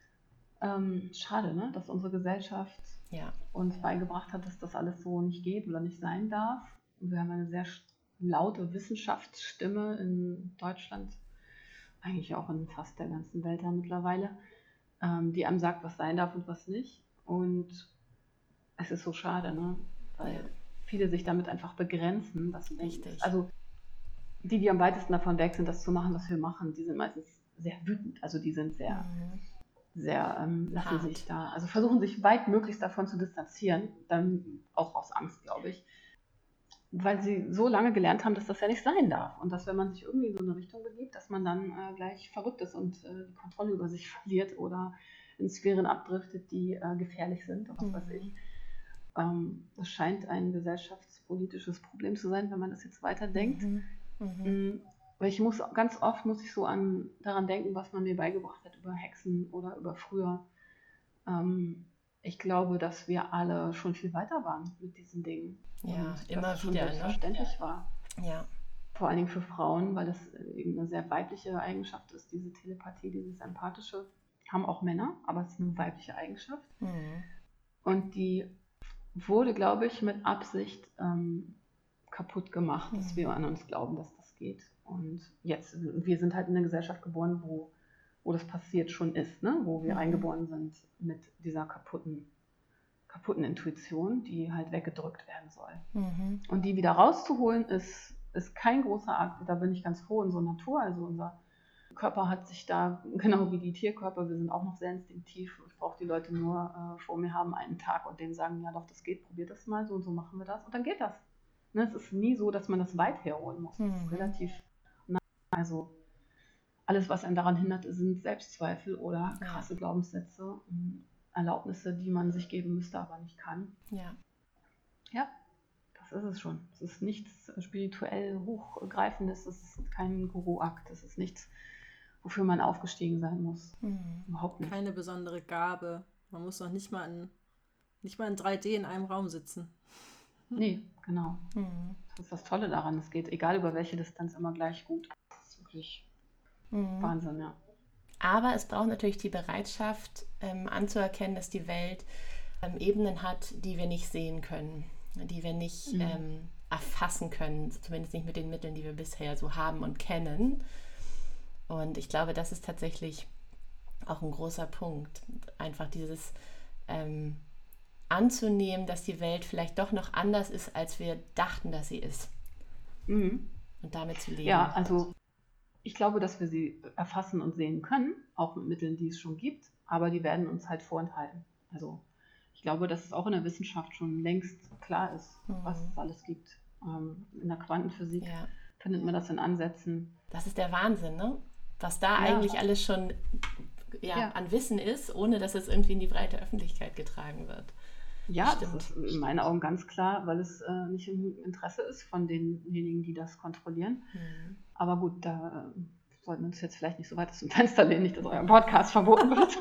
ähm, schade, ne? Dass unsere Gesellschaft Ja, uns beigebracht hat, dass das alles so nicht geht oder nicht sein darf. Und wir haben eine sehr sch- laute Wissenschaftsstimme in Deutschland, eigentlich auch in fast der ganzen Welt ja mittlerweile, ähm, die einem sagt, was sein darf und was nicht. Und es ist so schade, ne? Weil Ja. viele sich damit einfach begrenzen, was sie denken. Richtig. Also die, die am weitesten davon weg sind, das zu machen, was wir machen, die sind meistens sehr wütend. Also die sind sehr, Mhm. sehr, ähm, lassen Hart. sich da, also versuchen sich weit möglichst davon zu distanzieren, dann auch aus Angst, glaube ich. Weil sie so lange gelernt haben, dass das ja nicht sein darf. Und dass, wenn man sich irgendwie in so eine Richtung begibt, dass man dann äh, gleich verrückt ist und äh, die Kontrolle über sich verliert oder in Sphären abdriftet, die äh, gefährlich sind oder was weiß Mhm. ich. Ähm, das scheint ein gesellschaftspolitisches Problem zu sein, wenn man das jetzt weiterdenkt. Mhm. Mhm. Mm, Weil ich muss ganz oft muss ich so an daran denken, was man mir beigebracht hat über Hexen oder über früher. Ähm, ich glaube, dass wir alle schon viel weiter waren mit diesen Dingen. Ja, Und immer dass es schon wieder, ne? selbstverständlich war. Ja. Vor allen Dingen für Frauen, weil das eben eine sehr weibliche Eigenschaft ist, diese Telepathie, dieses Empathische. Haben auch Männer, aber es ist eine weibliche Eigenschaft. Mhm. Und die wurde, glaube ich, mit Absicht ähm, kaputt gemacht, dass Mhm. wir an uns glauben, dass das geht. Und jetzt, wir sind halt in einer Gesellschaft geboren, wo, wo das passiert schon ist, ne? Wo wir Mhm. eingeboren sind mit dieser kaputten, kaputten Intuition, die halt weggedrückt werden soll. Mhm. Und die wieder rauszuholen, ist ist kein großer Akt. Da bin ich ganz froh in so Natur. Also unser Körper hat sich da, genau wie die Tierkörper, wir sind auch noch sehr instinktiv. Ich brauche die Leute nur äh, vor mir haben einen Tag und denen sagen, ja doch, das geht, probiert das mal, so und so machen wir das und dann geht das. Ne, es ist nie so, dass man das weit herholen muss. Mhm. Es ist relativ nah. Also alles, was einen daran hindert, sind Selbstzweifel oder krasse Glaubenssätze, Erlaubnisse, die man sich geben müsste, aber nicht kann. Ja. Ja, das ist es schon. Es ist nichts spirituell Hochgreifendes, es ist kein Guru-Akt, es ist nichts, wofür man aufgestiegen sein muss. Mhm. Überhaupt nicht. Keine besondere Gabe. Man muss noch nicht mal in, nicht mal in drei D in einem Raum sitzen. Nee, genau. Mhm. Das ist das Tolle daran. Es geht, egal über welche Distanz, immer gleich gut. Das ist wirklich Mhm. Wahnsinn, ja. Aber es braucht natürlich die Bereitschaft, ähm, anzuerkennen, dass die Welt ähm, Ebenen hat, die wir nicht sehen können, die wir nicht Mhm. ähm, erfassen können, zumindest nicht mit den Mitteln, die wir bisher so haben und kennen. Und ich glaube, das ist tatsächlich auch ein großer Punkt. Einfach dieses ähm, anzunehmen, dass die Welt vielleicht doch noch anders ist, als wir dachten, dass sie ist. Mhm. Und damit zu leben. Ja, also ich glaube, dass wir sie erfassen und sehen können, auch mit Mitteln, die es schon gibt, aber die werden uns halt vorenthalten. Also ich glaube, dass es auch in der Wissenschaft schon längst klar ist, Mhm. was es alles gibt. Ähm, in der Quantenphysik Ja. findet man das in Ansätzen. Das ist der Wahnsinn, ne? Was da Ja. eigentlich alles schon ja, Ja. an Wissen ist, ohne dass es irgendwie in die breite Öffentlichkeit getragen wird. Ja, Stimmt. das ist in meinen Augen ganz klar, weil es äh, nicht im Interesse ist von denjenigen, die das kontrollieren. Mhm. Aber gut, da äh, sollten wir uns jetzt vielleicht nicht so weit aus dem Fenster lehnen, nicht, dass euer Podcast verboten wird.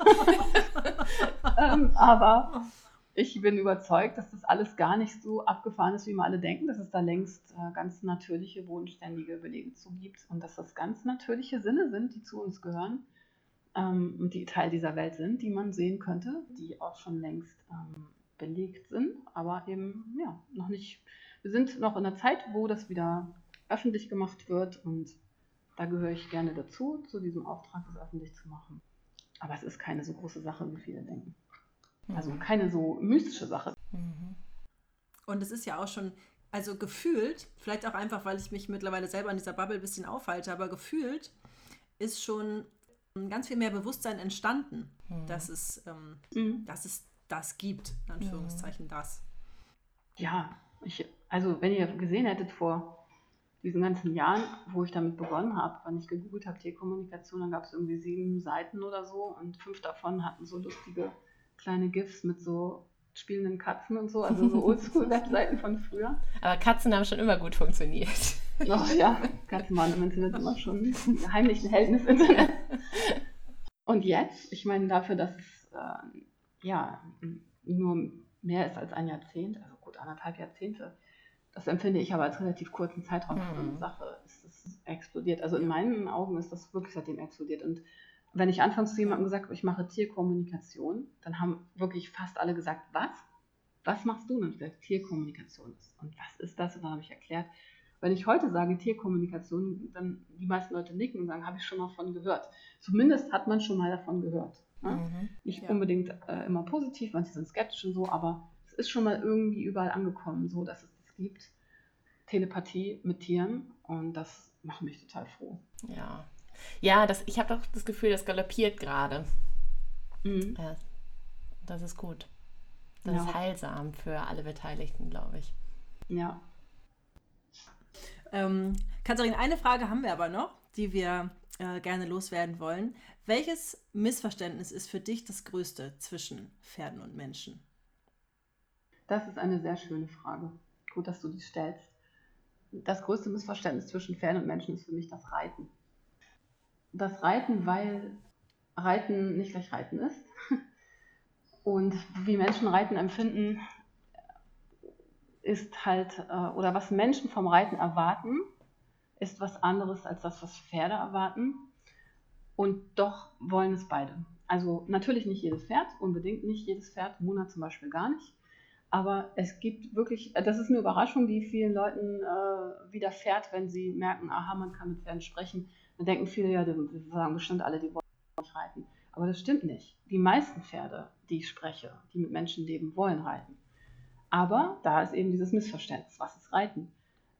ähm, aber ich bin überzeugt, dass das alles gar nicht so abgefahren ist, wie wir alle denken, dass es da längst äh, ganz natürliche, bodenständige Belege zu gibt und dass das ganz natürliche Sinne sind, die zu uns gehören ähm, und die Teil dieser Welt sind, die man sehen könnte, die auch schon längst ähm, belegt sind, aber eben ja noch nicht. Wir sind noch in einer Zeit, wo das wieder öffentlich gemacht wird und da gehöre ich gerne dazu, zu diesem Auftrag, das öffentlich zu machen. Aber es ist keine so große Sache, wie viele denken. Also keine so mystische Sache. Mhm. Und es ist ja auch schon, also gefühlt, vielleicht auch einfach, weil ich mich mittlerweile selber in dieser Bubble ein bisschen aufhalte, aber gefühlt ist schon ganz viel mehr Bewusstsein entstanden, Mhm. dass es, ähm, Mhm. dass es das gibt, in Anführungszeichen das. Ja, ich, also wenn ihr gesehen hättet vor diesen ganzen Jahren, wo ich damit begonnen habe, wenn ich gegoogelt habe, Tierkommunikation, dann gab es irgendwie sieben Seiten oder so und fünf davon hatten so lustige kleine GIFs mit so spielenden Katzen und so, also so Oldschool-Webseiten von früher. Aber Katzen haben schon immer gut funktioniert. Ach ja, Katzen waren im Internet immer schon heimlich ein Helden des Internet. Und jetzt, ich meine dafür, dass es äh, ja nur mehr ist als ein Jahrzehnt, also gut anderthalb Jahrzehnte, das empfinde ich aber als relativ kurzen Zeitraum für so eine Mhm. Sache. Es ist explodiert. Also in meinen Augen ist das wirklich seitdem explodiert. Und wenn ich anfangs zu jemandem gesagt habe, ich mache Tierkommunikation, dann haben wirklich fast alle gesagt, was? Was machst du? Und dann habe ich gesagt, Tierkommunikation. Und was ist das? Und dann habe ich erklärt, wenn ich heute sage Tierkommunikation, dann die meisten Leute nicken und sagen, habe ich schon mal von gehört. Zumindest hat man schon mal davon gehört. Ne? Mhm. Nicht Ja. unbedingt äh, immer positiv, manche sind skeptisch und so, aber es ist schon mal irgendwie überall angekommen, so dass es das gibt. Telepathie mit Tieren und das macht mich total froh. Ja, ja das, ich habe doch das Gefühl, das galoppiert gerade. Mhm. Ja, das ist gut. Das Ja. ist heilsam für alle Beteiligten, glaube ich. Ja. Ähm, Katharin, eine Frage haben wir aber noch, die wir äh, gerne loswerden wollen. Welches Missverständnis ist für dich das größte zwischen Pferden und Menschen? Das ist eine sehr schöne Frage. Gut, dass du die stellst. Das größte Missverständnis zwischen Pferden und Menschen ist für mich das Reiten. Das Reiten, weil Reiten nicht gleich Reiten ist. Und wie Menschen Reiten empfinden, ist halt, äh, oder was Menschen vom Reiten erwarten, ist was anderes als das, was Pferde erwarten. Und doch wollen es beide. Also natürlich nicht jedes Pferd, unbedingt nicht jedes Pferd, Mona zum Beispiel gar nicht. Aber es gibt wirklich, das ist eine Überraschung, die vielen Leuten äh, widerfährt, wenn sie merken, aha, man kann mit Pferden sprechen. Dann denken viele, ja, die sagen bestimmt alle, die wollen nicht reiten. Aber das stimmt nicht. Die meisten Pferde, die ich spreche, die mit Menschen leben, wollen reiten. Aber da ist eben dieses Missverständnis, was ist Reiten?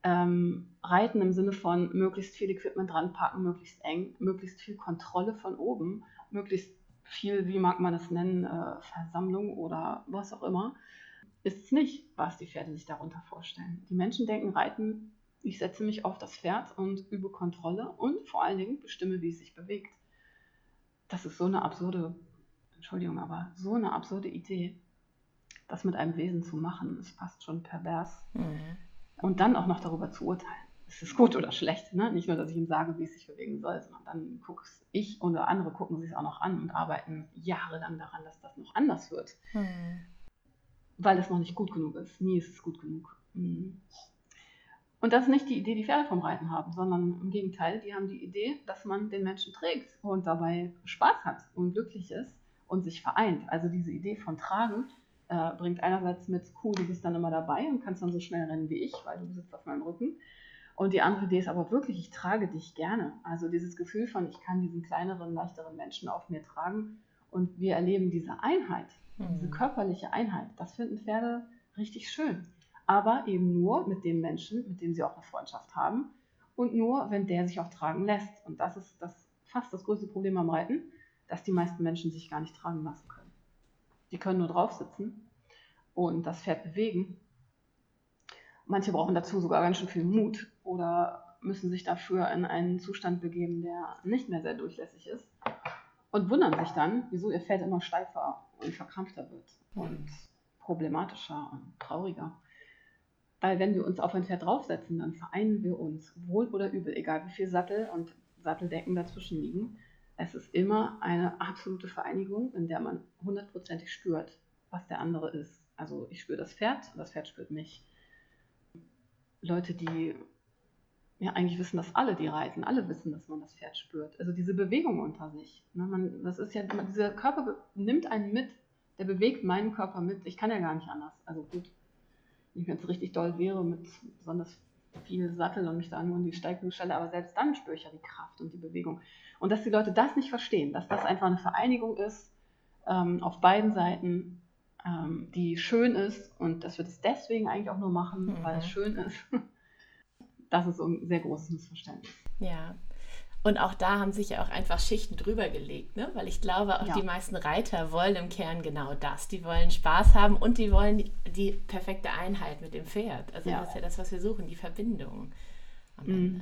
Ähm, Reiten im Sinne von möglichst viel Equipment dran packen, möglichst eng, möglichst viel Kontrolle von oben, möglichst viel, wie mag man das nennen, äh, Versammlung oder was auch immer, ist es nicht, was die Pferde sich darunter vorstellen. Die Menschen denken, Reiten, ich setze mich auf das Pferd und übe Kontrolle und vor allen Dingen bestimme, wie es sich bewegt. Das ist so eine absurde, Entschuldigung, aber so eine absurde Idee, das mit einem Wesen zu machen, ist fast schon pervers. Mhm. Und dann auch noch darüber zu urteilen, ist es gut oder schlecht. Ne? Nicht nur, dass ich ihm sage, wie es sich bewegen soll, sondern dann gucke ich oder andere gucken sich es auch noch an und arbeiten jahrelang daran, dass das noch anders wird. Mhm. Weil es noch nicht gut genug ist. Nie ist es gut genug. Mhm. Und das ist nicht die Idee, die Pferde vom Reiten haben, sondern im Gegenteil, die haben die Idee, dass man den Menschen trägt und dabei Spaß hat und glücklich ist und sich vereint. Also diese Idee von Tragen äh, bringt einerseits mit, cool, du bist dann immer dabei und kannst dann so schnell rennen wie ich, weil du sitzt auf meinem Rücken. Und die andere Idee ist aber wirklich, ich trage dich gerne. Also dieses Gefühl von, ich kann diesen kleineren, leichteren Menschen auf mir tragen und wir erleben diese Einheit, mhm. diese körperliche Einheit. Das finden Pferde richtig schön. Aber eben nur mit dem Menschen, mit dem sie auch eine Freundschaft haben und nur, wenn der sich auch tragen lässt. Und das ist das, fast das größte Problem am Reiten, dass die meisten Menschen sich gar nicht tragen lassen können. Die können nur drauf sitzen und das Pferd bewegen. Manche brauchen dazu sogar ganz schön viel Mut oder müssen sich dafür in einen Zustand begeben, der nicht mehr sehr durchlässig ist und wundern sich dann, wieso ihr Pferd immer steifer und verkrampfter wird und problematischer und trauriger. Weil wenn wir uns auf ein Pferd draufsetzen, dann vereinen wir uns, wohl oder übel, egal wie viel Sattel und Satteldecken dazwischen liegen. Es ist immer eine absolute Vereinigung, in der man hundertprozentig spürt, was der andere ist. Also ich spüre das Pferd und das Pferd spürt mich. Leute, die ja eigentlich wissen, dass alle, die reiten, alle wissen, dass man das Pferd spürt. Also diese Bewegung unter sich. Ne, man, das ist ja, dieser Körper nimmt einen mit, der bewegt meinen Körper mit. Ich kann ja gar nicht anders. Also gut. Wenn ich jetzt richtig doll wäre mit besonders viel Sattel und mich da nur in die Steigung stelle, aber selbst dann spüre ich ja die Kraft und die Bewegung. Und dass die Leute das nicht verstehen, dass das einfach eine Vereinigung ist, ähm, auf beiden Seiten, ähm, die schön ist und dass wir das deswegen eigentlich auch nur machen, mhm. weil es schön ist, das ist so ein sehr großes Missverständnis. Ja. Und auch da haben sich ja auch einfach Schichten drüber gelegt, ne? Weil ich glaube, auch ja. die meisten Reiter wollen im Kern genau das. Die wollen Spaß haben und die wollen die, die perfekte Einheit mit dem Pferd. Also ja. das ist ja das, was wir suchen, die Verbindung am Ende.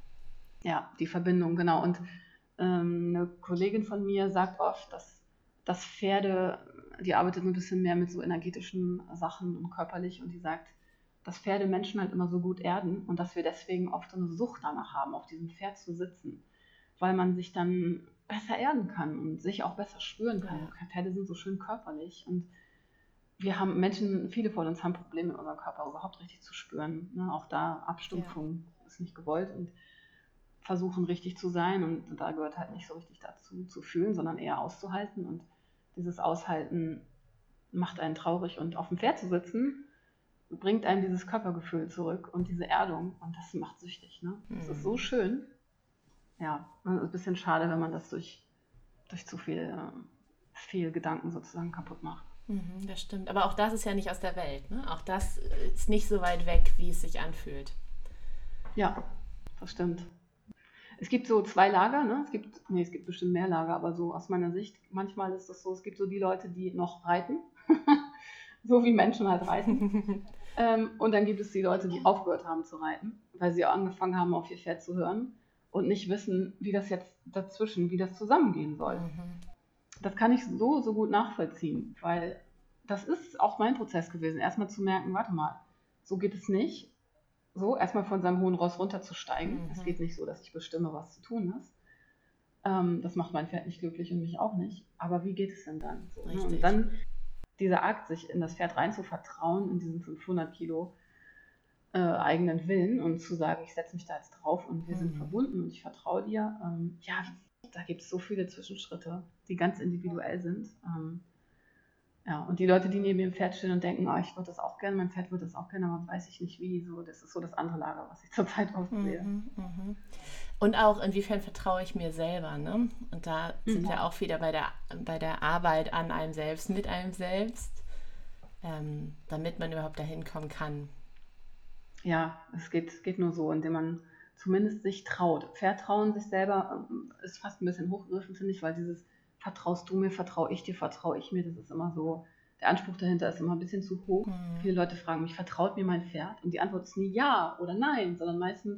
Ja, die Verbindung, genau. Und ähm, eine Kollegin von mir sagt oft, dass, dass Pferde, die arbeitet ein bisschen mehr mit so energetischen Sachen und körperlich und die sagt, dass Pferde Menschen halt immer so gut erden und dass wir deswegen oft so eine Sucht danach haben, auf diesem Pferd zu sitzen. Weil man sich dann besser erden kann und sich auch besser spüren kann. Ja. Pferde sind so schön körperlich und wir haben Menschen, viele von uns haben Probleme in unserem Körper überhaupt richtig zu spüren. Ne? Auch da Abstumpfung ja. ist nicht gewollt und versuchen richtig zu sein und da gehört halt nicht so richtig dazu zu fühlen, sondern eher auszuhalten und dieses Aushalten macht einen traurig und auf dem Pferd zu sitzen bringt einem dieses Körpergefühl zurück und diese Erdung und das macht süchtig. Ne? Das mhm. ist so schön. Ja, ein bisschen schade, wenn man das durch, durch zu viel, äh, viel Gedanken sozusagen kaputt macht. Mhm, das stimmt. Aber auch das ist ja nicht aus der Welt. Ne? Auch das ist nicht so weit weg, wie es sich anfühlt. Ja, das stimmt. Es gibt so zwei Lager. Ne? Es gibt, nee, es gibt bestimmt mehr Lager, aber so aus meiner Sicht, manchmal ist das so, es gibt so die Leute, die noch reiten. So wie Menschen halt reiten. ähm, und dann gibt es die Leute, die aufgehört haben zu reiten, weil sie auch angefangen haben, auf ihr Pferd zu hören und nicht wissen, wie das jetzt dazwischen, wie das zusammengehen soll. Mhm. Das kann ich so, so gut nachvollziehen, weil das ist auch mein Prozess gewesen, erstmal zu merken, warte mal, so geht es nicht. So, erstmal von seinem hohen Ross runterzusteigen. Mhm. Es geht nicht so, dass ich bestimme, was zu tun ist. Ähm, das macht mein Pferd nicht glücklich und mich auch nicht. Aber wie geht es denn dann? So, ne? Und dann dieser Akt, sich in das Pferd rein zu vertrauen, in diesen fünfhundert Kilo äh, eigenen Willen und zu sagen, ich setze mich da jetzt drauf und wir mhm. sind verbunden und ich vertraue dir. Ähm, ja, da gibt es so viele Zwischenschritte, die ganz individuell sind. Ähm, ja, und die Leute, die neben dem Pferd stehen und denken, oh, ich würde das auch gerne, mein Pferd würde das auch gerne, aber weiß ich nicht wie, so, das ist so das andere Lager, was ich zurzeit aussehe. Mhm, mhm. Und auch, inwiefern vertraue ich mir selber, ne? Und da sind mhm. wir auch wieder bei der, bei der Arbeit an einem selbst, mit einem selbst, ähm, damit man überhaupt dahin kommen kann. ja, es geht, es geht nur so, indem man zumindest sich traut. Vertrauen sich selber ähm, ist fast ein bisschen hochgegriffen, finde ich, weil dieses vertraust du mir, vertraue ich dir, vertraue ich mir, das ist immer so, der Anspruch dahinter ist immer ein bisschen zu hoch. Mhm. Viele Leute fragen mich, vertraut mir mein Pferd? Und die Antwort ist nie ja oder nein, sondern meistens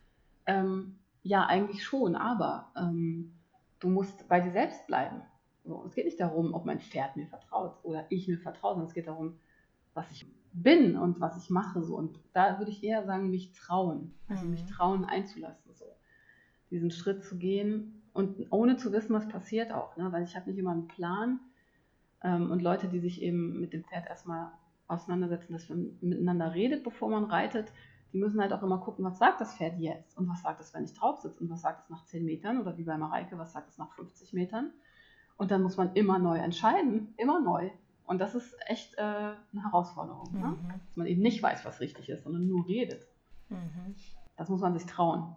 ähm, ja, eigentlich schon, aber ähm, du musst bei dir selbst bleiben. So, es geht nicht darum, ob mein Pferd mir vertraut oder ich mir vertraue, sondern es geht darum, was ich bin und was ich mache. So. Und da würde ich eher sagen, mich trauen. Also mich Mhm. trauen einzulassen. So. Diesen Schritt zu gehen und ohne zu wissen, was passiert auch. Ne? Weil ich habe nicht immer einen Plan. Ähm, und Leute, die sich eben mit dem Pferd erstmal auseinandersetzen, dass man miteinander redet, bevor man reitet, die müssen halt auch immer gucken, was sagt das Pferd jetzt und was sagt es, wenn ich drauf sitze und was sagt es nach zehn Metern oder wie bei Mareike, was sagt es nach fünfzig Metern. Und dann muss man immer neu entscheiden, immer neu. Und das ist echt äh, eine Herausforderung, ne? Mhm. Dass man eben nicht weiß, was richtig ist, sondern nur redet. Mhm. Das muss man sich trauen.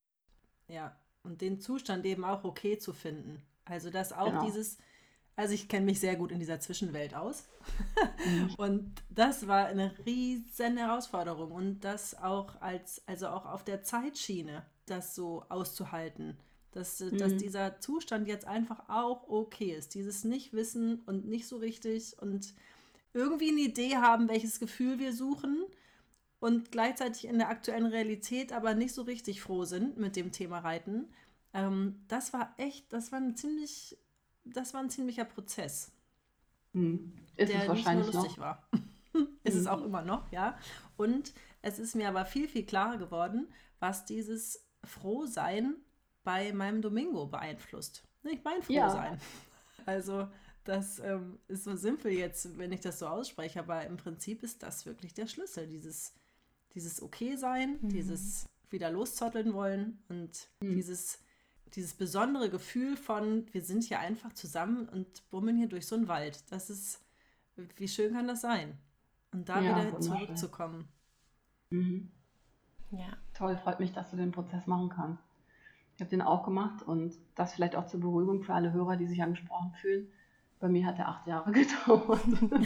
Ja, und den Zustand eben auch okay zu finden. Also das auch Genau. dieses, also ich kenne mich sehr gut in dieser Zwischenwelt aus. Mhm. Und das war eine riesen Herausforderung. Und das auch als, also auch auf der Zeitschiene, das so auszuhalten. Dass, dass Mhm. dieser Zustand jetzt einfach auch okay ist. Dieses Nicht-Wissen und nicht so richtig und irgendwie eine Idee haben, welches Gefühl wir suchen und gleichzeitig in der aktuellen Realität aber nicht so richtig froh sind mit dem Thema Reiten. Ähm, das war echt, das war ein ziemlich, das war ein ziemlicher Prozess, Mhm. Ist der es nicht nur wahrscheinlich lustig noch. war. Ist es Mhm. auch immer noch, ja. Und es ist mir aber viel, viel klarer geworden, was dieses Frohsein bei meinem Domingo beeinflusst. Nicht mein Ja. Frohsein. Also das ähm, ist so simpel jetzt, wenn ich das so ausspreche, aber im Prinzip ist das wirklich der Schlüssel. Dieses, dieses Okay-Sein, Mhm. dieses wieder loszotteln wollen und Mhm. dieses, dieses besondere Gefühl von, wir sind hier einfach zusammen und bummeln hier durch so einen Wald. Das ist, wie schön kann das sein? Und da Ja, wieder wunderschön. zurückzukommen. Mhm. Ja. Toll, freut mich, dass du den Prozess machen kannst. Ich habe den auch gemacht und das vielleicht auch zur Beruhigung für alle Hörer, die sich angesprochen fühlen. Bei mir hat er acht Jahre gedauert.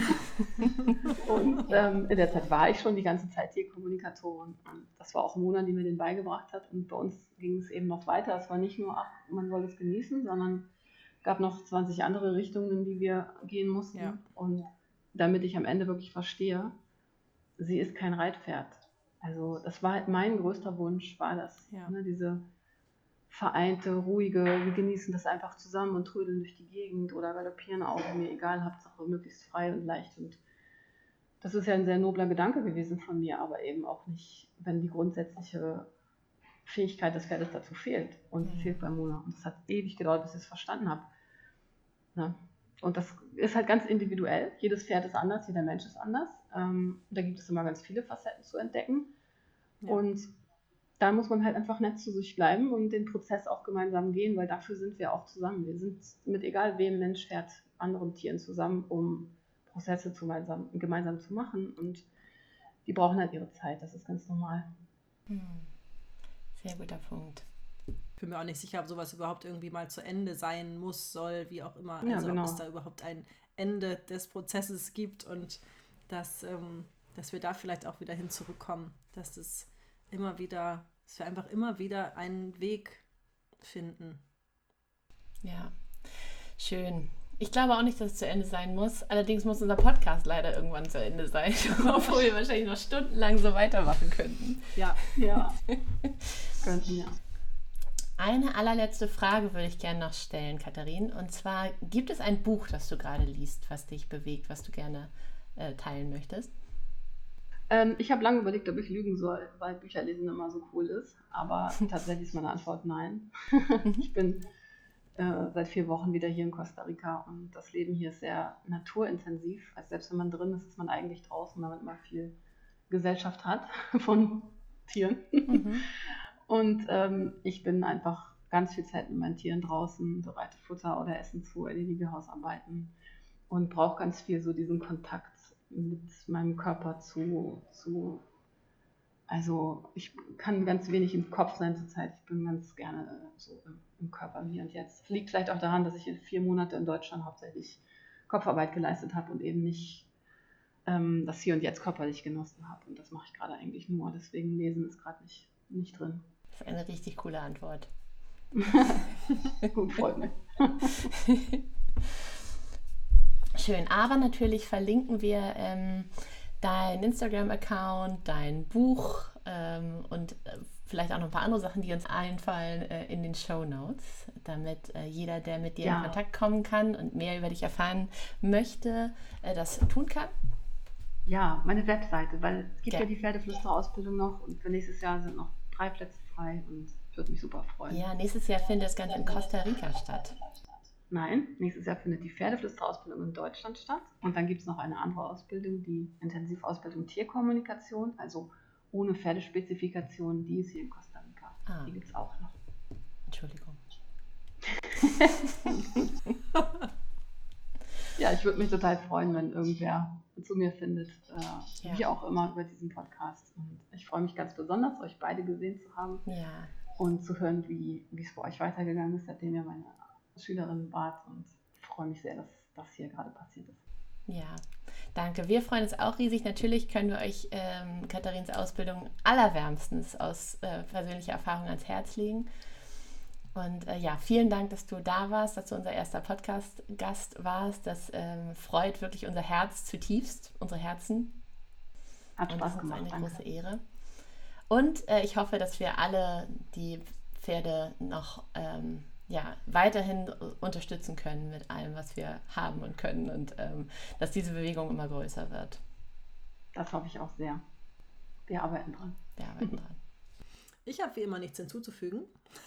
Und Ja. ähm, in der Zeit war ich schon die ganze Zeit Tierkommunikatorin. Und das war auch Mona, die mir den beigebracht hat. Und bei uns ging es eben noch weiter. Es war nicht nur, ach, man soll es genießen, sondern es gab noch zwanzig andere Richtungen, in die wir gehen mussten. Ja. Und damit ich am Ende wirklich verstehe, sie ist kein Reitpferd. Also das war halt mein größter Wunsch, war das, Ja. ne, diese vereinte, ruhige, wir genießen das einfach zusammen und trödeln durch die Gegend oder galoppieren auch, mir egal, Hauptsache möglichst frei und leicht. Und das ist ja ein sehr nobler Gedanke gewesen von mir, aber eben auch nicht, wenn die grundsätzliche Fähigkeit des Pferdes dazu fehlt. Und die Mhm. fehlt bei Mona. Und es hat ewig gedauert, bis ich es verstanden habe. Ne? Und das ist halt ganz individuell. Jedes Pferd ist anders, jeder Mensch ist anders. Ähm, da gibt es immer ganz viele Facetten zu entdecken. Ja. Und da muss man halt einfach nett zu sich bleiben und den Prozess auch gemeinsam gehen, weil dafür sind wir auch zusammen. Wir sind mit egal wem, Mensch, Pferd, anderen Tieren zusammen, um Prozesse gemeinsam, gemeinsam zu machen. Und die brauchen halt ihre Zeit, das ist ganz normal. Mhm. Sehr guter Punkt. Ich bin mir auch nicht sicher, ob sowas überhaupt irgendwie mal zu Ende sein muss, soll, wie auch immer. Ja, Also genau. ob es da überhaupt ein Ende des Prozesses gibt und dass, ähm, dass wir da vielleicht auch wieder hin zurückkommen, dass es immer wieder, dass wir einfach immer wieder einen Weg finden. Ja, schön. Ich glaube auch nicht, dass es zu Ende sein muss. Allerdings muss unser Podcast leider irgendwann zu Ende sein, obwohl wir wahrscheinlich noch stundenlang so weitermachen könnten. Ja, Ja, könnten wir. Eine allerletzte Frage würde ich gerne noch stellen, Katharin. Und zwar, gibt es ein Buch, das du gerade liest, was dich bewegt, was du gerne äh, teilen möchtest? Ähm, ich habe lange überlegt, ob ich lügen soll, weil Bücherlesen immer so cool ist. Aber tatsächlich ist meine Antwort nein. Ich bin äh, seit vier Wochen wieder hier in Costa Rica und das Leben hier ist sehr naturintensiv. Also selbst wenn man drin ist, ist man eigentlich draußen, weil man immer viel Gesellschaft hat von Tieren. Mhm. Und ähm, ich bin einfach ganz viel Zeit mit meinen Tieren draußen, bereite Futter oder Essen zu, erledige Hausarbeiten und brauche ganz viel so diesen Kontakt mit meinem Körper zu, zu. Also ich kann ganz wenig im Kopf sein zurzeit. Ich bin ganz gerne so im, im Körper hier und jetzt. Liegt vielleicht auch daran, dass ich in vier Monate in Deutschland hauptsächlich Kopfarbeit geleistet habe und eben nicht ähm, das Hier und Jetzt körperlich genossen habe. Und das mache ich gerade eigentlich nur. Deswegen Lesen ist gerade nicht, nicht drin. Das ist eine richtig coole Antwort. Gut, freut mich. Schön, aber natürlich verlinken wir ähm, dein Instagram-Account, dein Buch ähm, und äh, vielleicht auch noch ein paar andere Sachen, die uns einfallen, äh, in den Shownotes, damit äh, jeder, der mit dir Ja. in Kontakt kommen kann und mehr über dich erfahren möchte, äh, das tun kann. Ja, meine Webseite, weil es gibt Ja. ja, die Pferdeflüsterer-Ausbildung noch und für nächstes Jahr sind noch drei Plätze frei und ich würde mich super freuen. Ja, nächstes Jahr findet das Ganze in Costa Rica statt. Nein, nächstes Jahr findet die Pferdeflüsterausbildung in Deutschland statt. Und dann gibt es noch eine andere Ausbildung, die Intensivausbildung Tierkommunikation, also ohne Pferdespezifikation, die ist hier in Costa Rica. Ah. Die gibt es auch noch. Entschuldigung. Ja, ich würde mich total freuen, wenn irgendwer zu mir findet, äh, Ja. wie auch immer, über diesen Podcast. Und ich freue mich ganz besonders, euch beide gesehen zu haben Ja, und zu hören, wie wie es bei euch weitergegangen ist, seitdem ihr meine Schülerin wart. Und freue mich sehr, dass das hier gerade passiert ist. ja, danke. Wir freuen uns auch riesig. Natürlich können wir euch ähm, Katharins Ausbildung allerwärmstens aus äh, persönlicher Erfahrung ans Herz legen. Und äh, ja, vielen Dank, dass du da warst, dass du unser erster Podcast-Gast warst. Das ähm, freut wirklich unser Herz zutiefst, unsere Herzen. Hat Und Spaß das ist gemacht. eine Danke. große Ehre. Und äh, ich hoffe, dass wir alle die Pferde noch ähm, ja, weiterhin unterstützen können mit allem, was wir haben und können und ähm, dass diese Bewegung immer größer wird. Das hoffe ich auch sehr. Wir arbeiten dran. Wir arbeiten dran. Ich habe wie immer nichts hinzuzufügen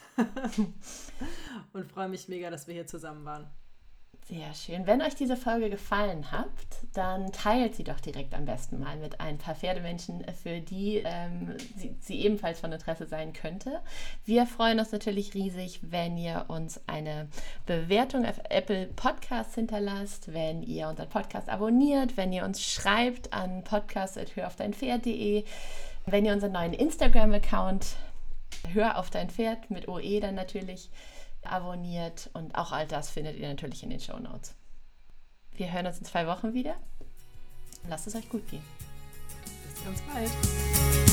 und freue mich mega, dass wir hier zusammen waren. Sehr schön. Wenn euch diese Folge gefallen hat, dann teilt sie doch direkt am besten mal mit ein paar Pferdemenschen, für die ähm, sie, sie ebenfalls von Interesse sein könnte. Wir freuen uns natürlich riesig, wenn ihr uns eine Bewertung auf Apple Podcasts hinterlasst, wenn ihr unseren Podcast abonniert, wenn ihr uns schreibt an podcast at hör auf dein pferd punkt de, wenn ihr unseren neuen Instagram-Account Hör auf dein Pferd mit O E dann natürlich abonniert und auch all das findet ihr natürlich in den Shownotes. Wir hören uns in zwei Wochen wieder. Lasst es euch gut gehen. Bis ganz bald.